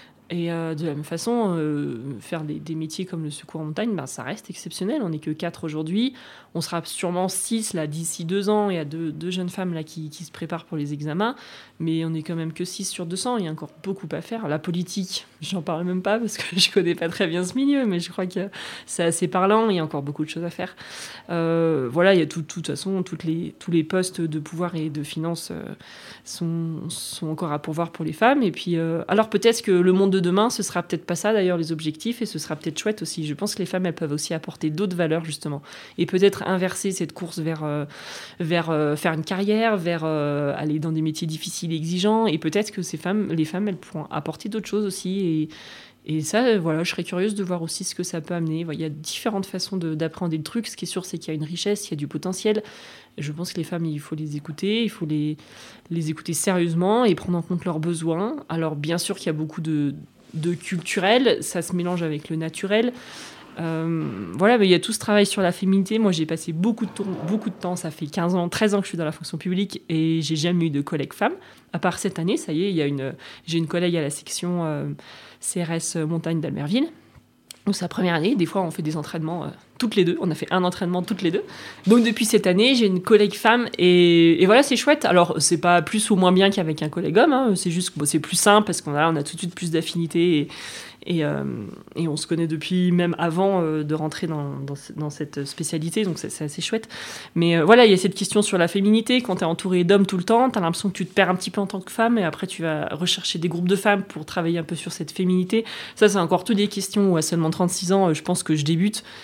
Et euh, de la même façon, euh, faire des, des métiers comme le secours en montagne, ben, ça reste exceptionnel. On n'est que quatre aujourd'hui. On sera sûrement six là, d'ici deux ans. Il y a deux, deux jeunes femmes là, qui, qui se préparent pour les examens. Mais on n'est quand même que six sur deux cents. Il y a encore beaucoup à faire. La politique, j'en parle même pas parce que je ne connais pas très bien ce milieu. Mais je crois que c'est assez parlant. Il y a encore beaucoup de choses à faire. Euh, voilà, il y a tout, de toute façon, toutes les, tous les postes de pouvoir et de finance euh, sont, sont encore à pourvoir pour les femmes. Et puis, euh, alors peut-être que le monde de demain, ce sera peut-être pas ça d'ailleurs les objectifs, et ce sera peut-être chouette aussi. Je pense que les femmes, elles peuvent aussi apporter d'autres valeurs justement, et peut-être inverser cette course vers, euh, vers euh, faire une carrière, vers euh, aller dans des métiers difficiles et exigeants, et peut-être que ces femmes, les femmes, elles pourront apporter d'autres choses aussi, et, et ça, voilà, je serais curieuse de voir aussi ce que ça peut amener. Il y a différentes façons de, d'appréhender le truc. Ce qui est sûr, c'est qu'il y a une richesse, il y a du potentiel. Je pense que les femmes, il faut les écouter, il faut les, les écouter sérieusement et prendre en compte leurs besoins. Alors, bien sûr qu'il y a beaucoup de, de culturel, ça se mélange avec le naturel. Euh, voilà, mais il y a tout ce travail sur la féminité. Moi, j'ai passé beaucoup de, tour, beaucoup de temps, ça fait quinze ans, treize ans que je suis dans la fonction publique, et j'ai jamais eu de collègue femme. À part cette année, ça y est, il y a une, j'ai une collègue à la section euh, C R S Montagne d'Almerville. Donc, c'est la première année. Des fois, on fait des entraînements euh, toutes les deux. On a fait un entraînement toutes les deux. Donc, depuis cette année, j'ai une collègue femme. Et, et voilà, c'est chouette. Alors, c'est pas plus ou moins bien qu'avec un collègue homme. Hein. C'est juste que bon, c'est plus simple parce qu'on a, on a tout de suite plus d'affinité. Et, et, euh, et on se connaît depuis même avant euh, de rentrer dans, dans, dans cette spécialité. Donc, c'est, c'est assez chouette. Mais euh, voilà, il y a cette question sur la féminité. Quand tu es entouré d'hommes tout le temps, tu as l'impression que tu te perds un petit peu en tant que femme. Et après, tu vas rechercher des groupes de femmes pour travailler un peu sur cette féminité. Ça, c'est encore toutes des questions où à seulement trente-six ans, je pense que je débute. Et je pense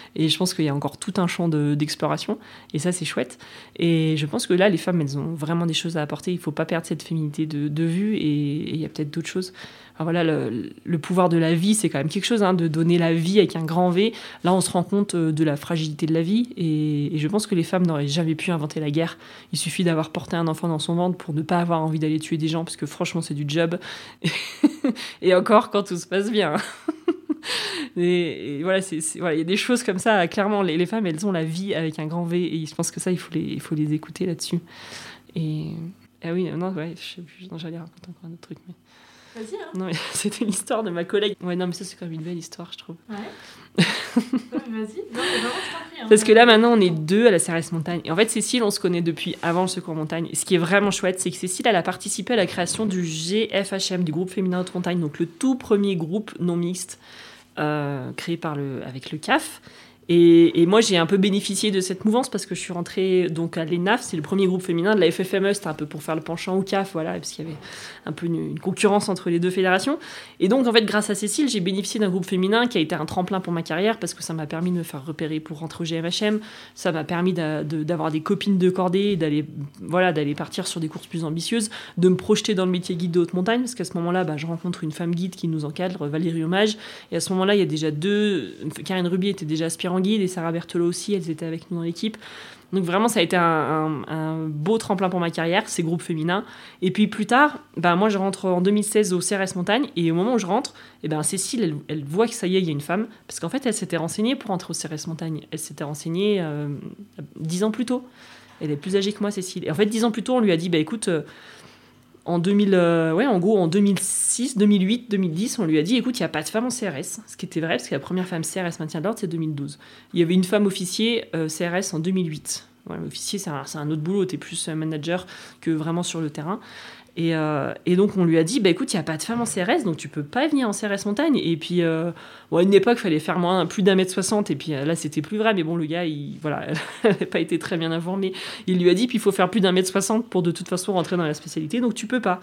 pense qu'il y a encore tout un champ de, d'exploration, et ça, c'est chouette. Et je pense que là, les femmes, elles ont vraiment des choses à apporter. Il ne faut pas perdre cette féminité de, de vue, et il y a peut-être d'autres choses. Alors voilà, le, le pouvoir de la vie, c'est quand même quelque chose, hein, de donner la vie avec un grand V. Là, on se rend compte de la fragilité de la vie, et, et je pense que les femmes n'auraient jamais pu inventer la guerre. Il suffit d'avoir porté un enfant dans son ventre pour ne pas avoir envie d'aller tuer des gens, parce que franchement, c'est du job. Et, et encore, quand tout se passe bien. Et, et voilà, c'est, c'est, voilà, il y a des choses comme ça. Clairement, les, les femmes, elles ont la vie avec un grand V, et je pense que ça, il faut les, il faut les écouter là-dessus. Et ah oui, non, ouais, je sais plus, non, j'allais raconter encore un autre truc, mais. Vas-y, hein. Non, mais c'était l'histoire de ma collègue. Ouais, non, mais ça, c'est quand même une belle histoire, je trouve. Ouais. non, mais vas-y. Non, mais vraiment, je t'en prie. Hein. Parce que là, maintenant, on est deux à la C R S Montagne. Et en fait, Cécile, on se connaît depuis avant le Secours Montagne. Et ce qui est vraiment chouette, c'est que Cécile, elle a participé à la création du G F H M, du groupe féminin Haute Montagne, donc le tout premier groupe non mixte euh, créé par le, avec le C A F. Et, et moi, j'ai un peu bénéficié de cette mouvance parce que je suis rentrée donc, à l'E N A F, c'est le premier groupe féminin de la F F M E, c'était un peu pour faire le penchant au C A F, voilà, parce qu'il y avait un peu une, une concurrence entre les deux fédérations. Et donc, en fait, grâce à Cécile, j'ai bénéficié d'un groupe féminin qui a été un tremplin pour ma carrière parce que ça m'a permis de me faire repérer pour rentrer au G F H M, ça m'a permis d'a, de, d'avoir des copines de cordée, d'aller, voilà, d'aller partir sur des courses plus ambitieuses, de me projeter dans le métier guide de haute montagne, parce qu'à ce moment-là, bah, je rencontre une femme guide qui nous encadre, Valérie Hommage, et à ce moment-là, il y a déjà deux, Karine Ruby était déjà aspirant guide, et Sarah Berthelot aussi, elles étaient avec nous dans l'équipe. Donc vraiment, ça a été un, un, un beau tremplin pour ma carrière, ces groupes féminins. Et puis plus tard, ben, moi je rentre en deux mille seize au C R S Montagne, et au moment où je rentre, eh ben, Cécile, elle, elle voit que ça y est, il y a une femme, parce qu'en fait, elle s'était renseignée pour rentrer au C R S Montagne. Elle s'était renseignée euh, dix ans plus tôt. Elle est plus âgée que moi, Cécile. Et en fait, dix ans plus tôt, on lui a dit, bah écoute... Euh, En deux mille, euh, ouais, en gros, en deux mille six, deux mille huit, deux mille dix, on lui a dit, écoute, il n'y a pas de femme en C R S. Ce qui était vrai, parce que la première femme C R S maintien de l'ordre, c'est deux mille douze. Il y avait une femme officier euh, C R S en deux mille huit. Voilà, officier, c'est un, c'est un autre boulot, t'es plus manager que vraiment sur le terrain. Et, euh, et donc, on lui a dit, bah écoute, il n'y a pas de femme en C R S, donc tu peux pas venir en C R S Montagne. Et puis, euh, bon, à une époque, il fallait faire moins, plus d'un mètre soixante, et puis là, c'était plus vrai. Mais bon, le gars, il voilà, n'avait pas été très bien informé. Il lui a dit, puis il faut faire plus d'un mètre soixante pour de toute façon rentrer dans la spécialité, donc tu peux pas.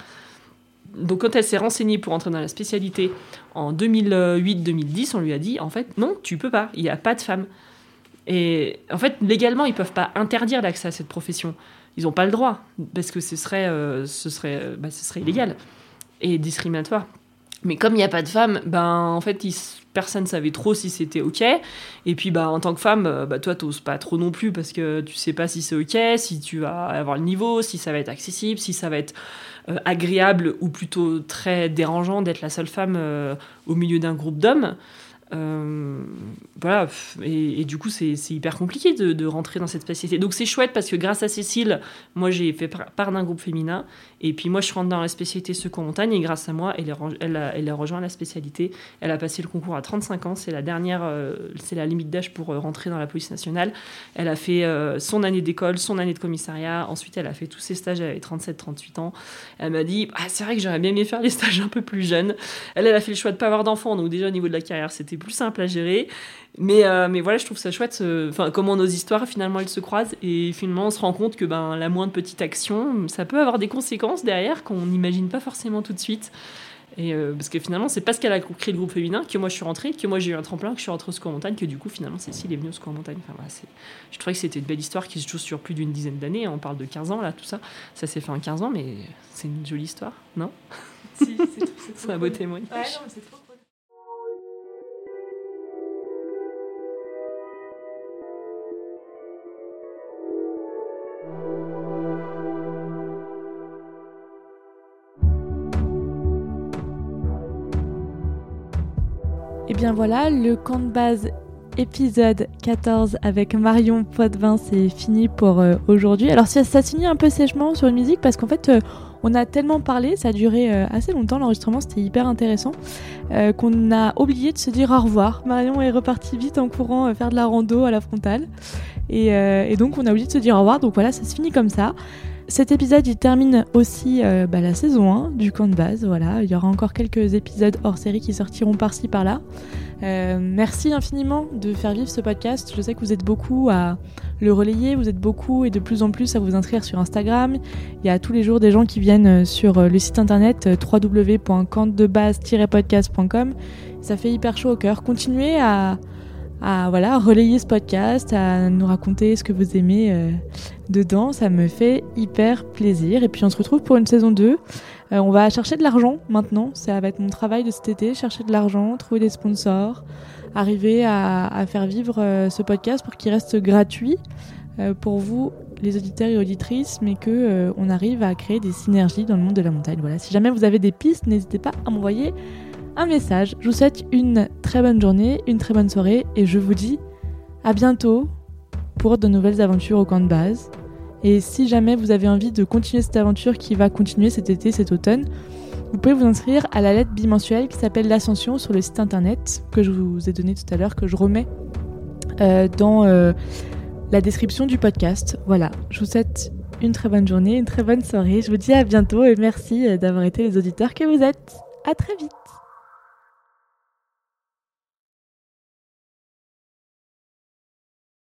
Donc, quand elle s'est renseignée pour entrer dans la spécialité en deux mille huit deux mille dix, on lui a dit, en fait, non, tu peux pas, il n'y a pas de femme. Et en fait, légalement, ils ne peuvent pas interdire l'accès à cette profession. Ils n'ont pas le droit, parce que ce serait, euh, ce serait, bah, ce serait illégal et discriminatoire. Mais comme il n'y a pas de femme, ben, en fait, ils, personne ne savait trop si c'était OK. Et puis, bah, en tant que femme, bah, toi, tu n'oses pas trop non plus, parce que tu ne sais pas si c'est OK, si tu vas avoir le niveau, si ça va être accessible, si ça va être euh, agréable ou plutôt très dérangeant d'être la seule femme euh, au milieu d'un groupe d'hommes. Euh, voilà, et, et du coup c'est, c'est hyper compliqué de, de rentrer dans cette spécialité, donc c'est chouette parce que grâce à Cécile, moi j'ai fait part d'un groupe féminin, et puis moi je rentre dans la spécialité secours montagne, et grâce à moi elle, est, elle, a, elle a rejoint la spécialité, elle a passé le concours à trente-cinq ans, c'est la dernière, euh, c'est la limite d'âge pour euh, rentrer dans la police nationale. Elle a fait euh, son année d'école, son année de commissariat, ensuite elle a fait tous ses stages, elle avait trente-sept trente-huit ans. Elle m'a dit, ah, c'est vrai que j'aurais bien aimé faire les stages un peu plus jeunes. Elle, elle a fait le choix de pas avoir d'enfants, donc déjà au niveau de la carrière c'était plus simple à gérer, mais, euh, mais voilà, je trouve ça chouette, enfin, comment nos histoires finalement elles se croisent, et finalement on se rend compte que ben, la moindre petite action, ça peut avoir des conséquences derrière qu'on n'imagine pas forcément tout de suite, et euh, parce que finalement c'est parce qu'elle a créé le groupe féminin que moi je suis rentrée, que moi j'ai eu un tremplin, que je suis rentrée au secours en montagne, que du coup finalement Cécile est venue au secours en montagne. Enfin, voilà, c'est... je trouvais que c'était une belle histoire qui se joue sur plus d'une dizaine d'années, on parle de quinze ans là, tout ça, ça s'est fait en quinze ans, mais c'est une jolie histoire, non? Si, c'est, c'est, c'est, c'est un beau témoignage. Ouais, non, mais c'est trop. Et bien voilà, le camp de base épisode quatorze avec Marion Potvin, c'est fini pour euh, aujourd'hui. Alors ça, ça se finit un peu sèchement sur une musique parce qu'en fait euh, on a tellement parlé, ça a duré euh, assez longtemps, l'enregistrement c'était hyper intéressant, euh, qu'on a oublié de se dire au revoir. Marion est repartie vite en courant euh, faire de la rando à la frontale, et, euh, et donc on a oublié de se dire au revoir, donc voilà, ça se finit comme ça. Cet épisode, il termine aussi euh, bah, la saison un du camp de base. Voilà, il y aura encore quelques épisodes hors série qui sortiront par-ci par-là. Euh, merci infiniment de faire vivre ce podcast. Je sais que vous êtes beaucoup à le relayer, vous êtes beaucoup et de plus en plus à vous inscrire sur Instagram. Il y a tous les jours des gens qui viennent sur le site internet w w w point camp de base tiret podcast point com. Ça fait hyper chaud au cœur. Continuez à... à voilà, relayer ce podcast, à nous raconter ce que vous aimez euh, dedans. Ça me fait hyper plaisir. Et puis on se retrouve pour une saison deux. Euh, on va chercher de l'argent maintenant. Ça va être mon travail de cet été, chercher de l'argent, trouver des sponsors, arriver à, à faire vivre euh, ce podcast pour qu'il reste gratuit euh, pour vous, les auditeurs et auditrices, mais qu'on euh, arrive à créer des synergies dans le monde de la montagne. Voilà. Si jamais vous avez des pistes, n'hésitez pas à m'envoyer un message. Je vous souhaite une très bonne journée, une très bonne soirée et je vous dis à bientôt pour de nouvelles aventures au camp de base. Et si jamais vous avez envie de continuer cette aventure qui va continuer cet été, cet automne, vous pouvez vous inscrire à la lettre bimensuelle qui s'appelle l'Ascension sur le site internet que je vous ai donné tout à l'heure, que je remets euh, dans euh, la description du podcast. Voilà, je vous souhaite une très bonne journée, une très bonne soirée. Je vous dis à bientôt et merci d'avoir été les auditeurs que vous êtes. À très vite.